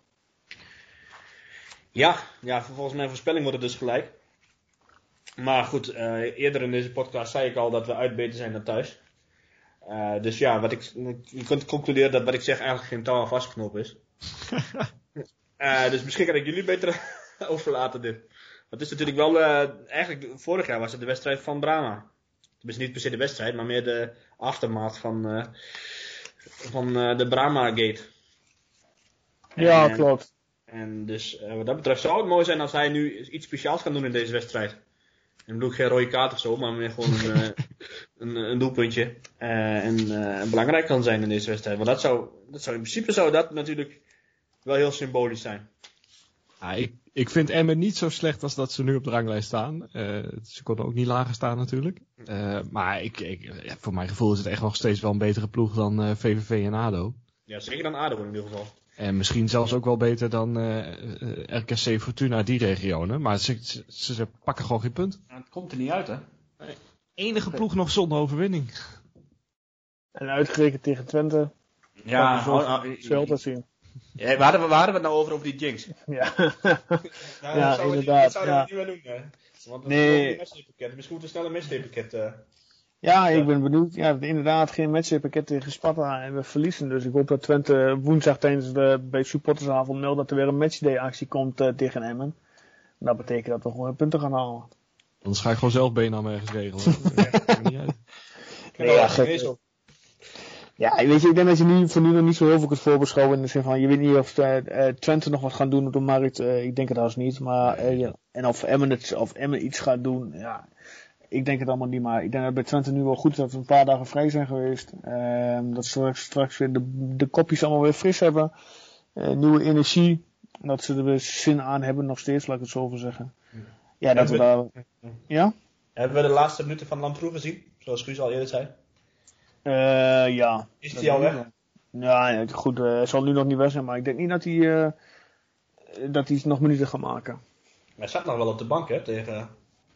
Ja, ja, volgens mijn voorspelling wordt het dus gelijk. Maar goed, uh, eerder in deze podcast zei ik al dat we uit beter zijn dan thuis. Uh, dus ja, wat ik, je kunt concluderen dat wat ik zeg eigenlijk geen touw aan vastgeknopen is. uh, dus misschien kan ik jullie beter overlaten dit. Het is natuurlijk wel, uh, eigenlijk vorig jaar was het de wedstrijd van Brama. Dus niet per se de wedstrijd, maar meer de aftermath van, uh, van uh, de Brama Gate. Ja, en, klopt. En dus uh, wat dat betreft zou het mooi zijn als hij nu iets speciaals kan doen in deze wedstrijd. En dan bedoel ik geen rode kaart of zo, maar meer gewoon een, uh, een, een doelpuntje. Uh, en uh, belangrijk kan zijn in deze wedstrijd. Want dat zou, dat zou in principe zou dat natuurlijk wel heel symbolisch zijn. Ja, ik, ik vind Emmen niet zo slecht als dat ze nu op de ranglijst staan. Uh, ze konden ook niet lager staan natuurlijk. Uh, maar ik, ik, ja, voor mijn gevoel is het echt nog steeds wel een betere ploeg dan uh, V V V en ADO. Ja, zeker dan ADO in ieder geval. En misschien zelfs ook wel beter dan uh, R K C Fortuna, die regionen. Maar ze, ze, ze pakken gewoon geen punt. Ja, het komt er niet uit, hè? Nee. Enige ploeg nog zonder overwinning. En uitgerekend tegen Twente. Ja, zul je dat zien. Ja, waar hadden we het nou over, over die jinx? Ja, nou, ja zou inderdaad. Dat zouden we ja. niet meer doen, hè? Want dat nee. is een Misschien moeten we snel een matchday-pakket... Uh... Ja, ik ben benieuwd. Ja, inderdaad, geen matchday-pakket tegen Sparta en we verliezen. Dus ik hoop dat Twente woensdag tijdens de bij supportersavond meldt dat er weer een matchday-actie komt uh, tegen Emmen. Dat betekent dat we gewoon punten gaan halen. Anders ga ik gewoon zelf Benam ergens regelen. Dat maakt niet uit. Nee, ja, gek. Ja, weet je, ik denk dat je nu voor nu nog niet zo heel veel kunt voorbeschouwen. In de zin van, je weet niet of uh, uh, Twente nog wat gaan doen op de markt. Uh, ik denk het haast niet. Maar, uh, ja. En of Emmen, het, of Emmen iets gaat doen, ja. Ik denk het allemaal niet, maar ik denk dat bij Twente nu wel goed is dat we een paar dagen vrij zijn geweest. Uh, dat ze straks, straks weer de, de kopjes allemaal weer fris hebben. Uh, nieuwe energie. Dat ze er weer zin aan hebben nog steeds, laat ik het zo over zeggen. Ja, dat we daar... Ja? Hebben we de laatste minuten van Lamproe gezien? Zoals Guus al eerder zei. Uh, ja. Is die al weg? Ja, goed, hij uh, zal nu nog niet weg zijn, maar ik denk niet dat hij, uh, dat hij nog minuten gaat maken. Hij zat nog wel op de bank, hè, tegen...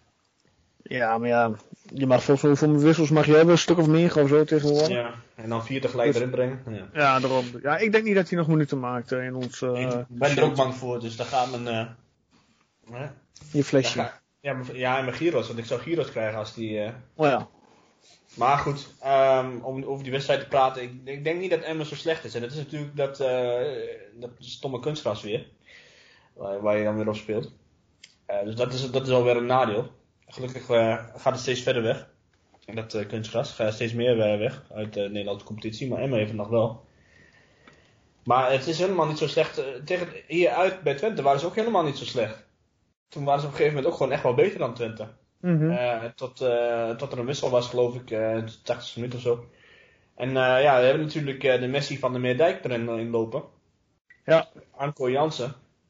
Ja, maar ja, je mag volgens mij voor wissels mag je hebben, een stuk of negen of zo tegenwoordig. Ja, en dan vier tegelijk dus, erin brengen. Ja. ja, daarom. Ja, ik denk niet dat hij nog minuten maakt uh, in ons... Uh, ik ben er ook bang voor, dus daar gaat mijn... Uh, je flesje. Ga, ja, mijn, ja, en mijn gyros, want ik zou gyros krijgen als die... Uh... Oh ja. Maar goed, um, om over die wedstrijd te praten, ik, ik denk niet dat Emmen zo slecht is. En dat is natuurlijk dat, uh, dat stomme kunstgras weer, waar, waar je dan weer op speelt. Uh, dus dat is, dat is alweer een nadeel. Gelukkig uh, gaat het steeds verder weg. En dat uh, kunstgras gaat steeds meer uh, weg uit de Nederlandse competitie, maar Emmen heeft het nog wel. Maar het is helemaal niet zo slecht. Uh, tegen hier uit bij Twente waren ze ook helemaal niet zo slecht. Toen waren ze op een gegeven moment ook gewoon echt wel beter dan Twente. Mm-hmm. Uh, tot, uh, tot er een wissel was, geloof ik, uh, tachtigste minuut of zo. En uh, ja, we hebben natuurlijk uh, de Messi van de Meerdijk erin in lopen. Ja. Anko Jansen.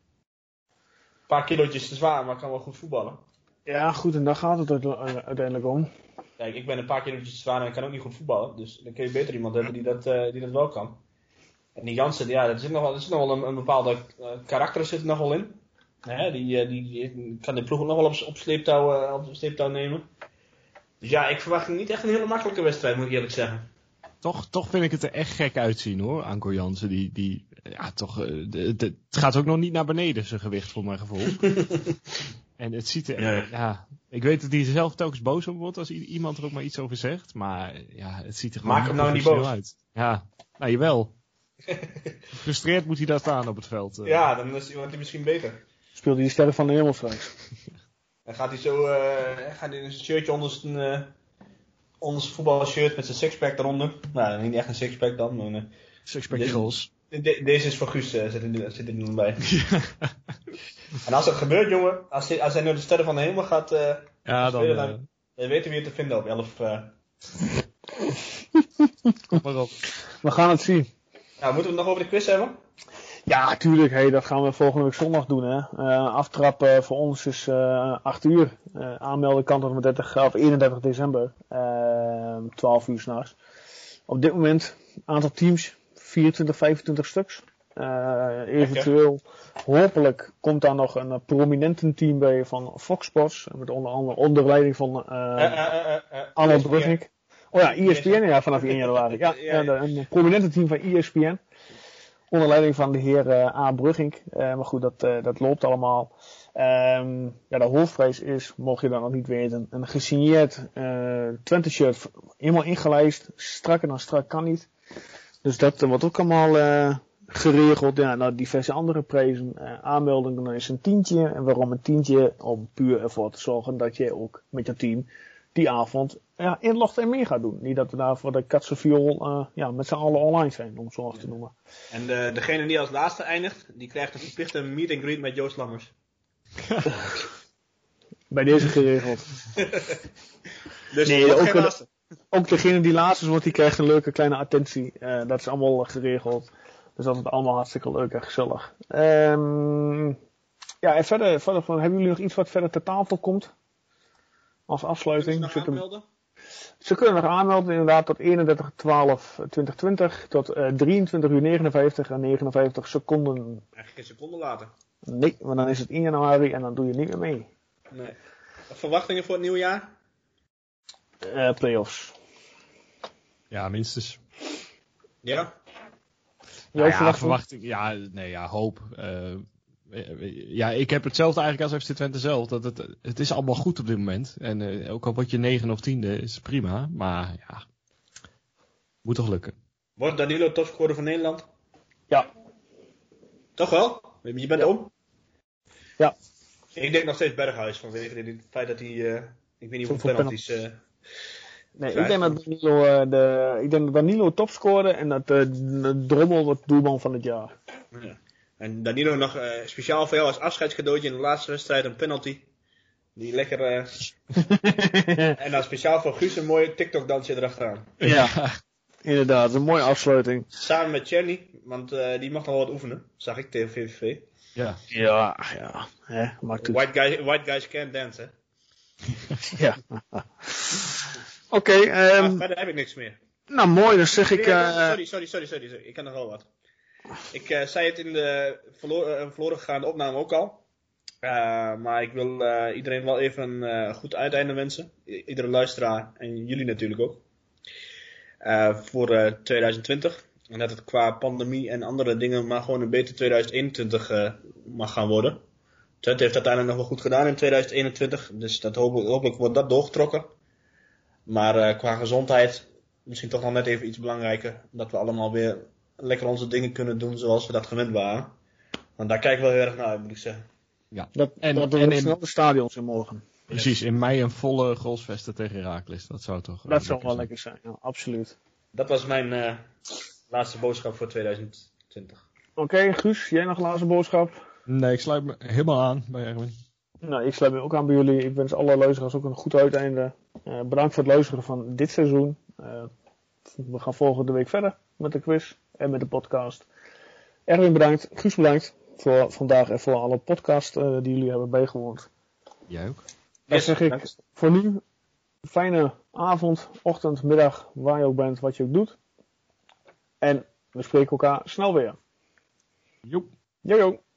Een paar kilootjes te zwaar, maar kan wel goed voetballen. Ja, goed, en daar gaat het uiteindelijk om. Kijk, ik ben een paar kilootjes te zwaar en ik kan ook niet goed voetballen. Dus dan kun je beter iemand hebben die dat, uh, die dat wel kan. En die Jansen, ja, er zit nog wel, er zit nog wel een, een bepaalde uh, karakter zit er nog wel in. Hè, die, die, die kan de ploeg ook nog wel op, op, sleeptouw, uh, op sleeptouw nemen. Dus ja, ik verwacht niet echt een hele makkelijke wedstrijd, moet ik eerlijk zeggen. Toch, toch vind ik het er echt gek uitzien hoor, Anko Jansen. Die, die, ja, toch, uh, de, de, het gaat ook nog niet naar beneden, zijn gewicht voor mijn gevoel. En het ziet er, ja. ja, ik weet dat hij zelf telkens boos op wordt als i- iemand er ook maar iets over zegt. Maar ja, het ziet er gewoon Maak hem nou niet boos uit. Ja, nou jawel. Gefrustreerd moet hij daar staan op het veld. Uh. Ja, dan is hij misschien beter. Speelt hij de sterren van de hemel straks. Dan gaat hij zo, uh, gaat hij een shirtje onder zijn, uh, onder zijn voetbalshirt met zijn sixpack eronder. Nou, niet echt een sixpack dan, maar... Uh, sixpack goals. De, deze is voor Guus, uh, zit, er, zit er nu bij. En als dat gebeurt, jongen, als hij, als hij naar de sterren van de hemel gaat uh, ja, spelen, dan, dan, uh... dan weten we je te vinden op elf. Uh... Kom maar op. We gaan het zien. Nou, moeten we het nog over de quiz hebben? Ja, tuurlijk. Hey, dat gaan we volgende week zondag doen. Hè. Uh, aftrap uh, voor ons is uh, acht uur. Uh, aanmelden kan tot dertig, of eenendertig december. Uh, twaalf uur 's nachts. Op dit moment aantal teams vierentwintig, vijfentwintig stuks. Uh, eventueel, hopelijk komt daar nog een uh, prominente team bij van Fox Sports. Met onder andere onder leiding van uh, uh, uh, uh, uh, Arnold Brugink. Oh ja, E S P N, ja, vanaf één januari. Ja, ja, de, een prominente team van E S P N. Onder leiding van de heer uh, A. Brugink. Uh, maar goed, dat, uh, dat loopt allemaal. Um, ja, de hoofdprijs is, mocht je dat nog niet weten, een gesigneerd uh, Twente-shirt. Helemaal ingelijst. Strakker dan strak kan niet. Dus dat uh, wordt ook allemaal uh, geregeld. Ja, nou, diverse andere prijzen. Uh, aanmeldingen dan is een tientje. En waarom een tientje? Om puur ervoor te zorgen dat je ook met je team die avond ja, inlogt en meer gaat doen. Niet dat we daar voor de katsenviool uh, ja, met z'n allen online zijn, om het zo af te noemen. En de, degene die als laatste eindigt, die krijgt een verplichte meet and greet met Joost Lammers. Bij deze geregeld. Dus nee, ook, de, ook degene die laatst is wordt, die krijgt een leuke kleine attentie. Uh, dat is allemaal geregeld. Dus dat is allemaal hartstikke leuk en gezellig. Um, ja, en verder, verder van, hebben jullie nog iets wat verder ter tafel komt? Als afsluiting. Ze, aanmelden? Ze kunnen nog aanmelden inderdaad tot eenendertig twaalf tweeduizend twintig tot uh, drieëntwintig uur negenenvijftig en negenenvijftig seconden. Eigenlijk een seconde later. Nee, want dan is het één januari en dan doe je niet meer mee. Nee. Verwachtingen voor het nieuwe jaar? Uh, playoffs. Ja, minstens. Ja? Nou ja, verwachting. Ja, nee, ja, hoop. Uh, Ja, ik heb hetzelfde eigenlijk als F C Twente zelf. Dat het, het is allemaal goed op dit moment. En uh, ook al word je negen of tiende, is prima. Maar ja, moet toch lukken. Wordt Danilo topscorer van Nederland? Ja. Toch wel? Je bent ja. om? Ja. Ik denk nog steeds Berghuis vanwege het feit dat hij, uh, ik weet niet hoeveel penalties uh, Nee, Vijf. ik denk dat Danilo, uh, de, ik denk dat Danilo top scoorde en dat uh, Drommel wordt doelman van het jaar. Ja. En Danilo nog uh, speciaal voor jou als afscheidscadeautje in de laatste wedstrijd een penalty. Die lekker... Uh... en dan speciaal voor Guus een mooie TikTok-dansje erachteraan. Ja, inderdaad. Een mooie afsluiting. Samen met Cherny, want uh, die mag nog wel wat oefenen. Zag ik tegen V V V. Ja. Ja, ja. Hè, maakt het. White, guy, white guys can't dance, hè. Ja. Oké, okay, um, ah, verder heb ik niks meer. Nou, mooi. Dan zeg ik... Uh... Sorry, sorry, sorry, sorry, sorry. Ik kan nog wel wat. Ik uh, zei het in de verloren, uh, verloren gegaande opname ook al. Uh, maar ik wil uh, iedereen wel even een uh, goed uiteinde wensen. I- iedere luisteraar en jullie natuurlijk ook. Uh, voor uh, twintig twintig. En dat het qua pandemie en andere dingen maar gewoon een beter twintig eenentwintig uh, mag gaan worden. Twente heeft uiteindelijk nog wel goed gedaan in twintig eenentwintig. Dus dat hopelijk, hopelijk wordt dat doorgetrokken. Maar uh, qua gezondheid misschien toch nog net even iets belangrijker. Dat we allemaal weer lekker onze dingen kunnen doen zoals we dat gewend waren. Want daar kijk ik wel heel erg naar uit, moet ik zeggen. Ja. Dat, En, dat en en in, snel de stadions in morgen. precies, in mei een volle goalsvesten tegen Heracles. Dat zou toch uh, Dat zou wel zijn. lekker zijn, ja, absoluut. Dat was mijn uh, laatste boodschap voor twintig twintig. Oké, okay, Guus, jij nog een laatste boodschap? Nee, ik sluit me helemaal aan bij Erwin. Nou, ik sluit me ook aan bij jullie. Ik wens alle luisteraars ook een goed uiteinde. Uh, bedankt voor het luisteren van dit seizoen. Uh, we gaan volgende week verder met de quiz en met de podcast. Erwin bedankt, Guus bedankt voor vandaag en voor alle podcasts uh, die jullie hebben bijgewoond. Jij ook. Dan Yes, zeg ik bedankt. voor nu fijne avond, ochtend, middag, waar je ook bent, wat je ook doet. En we spreken elkaar snel weer. Joep. Jojo.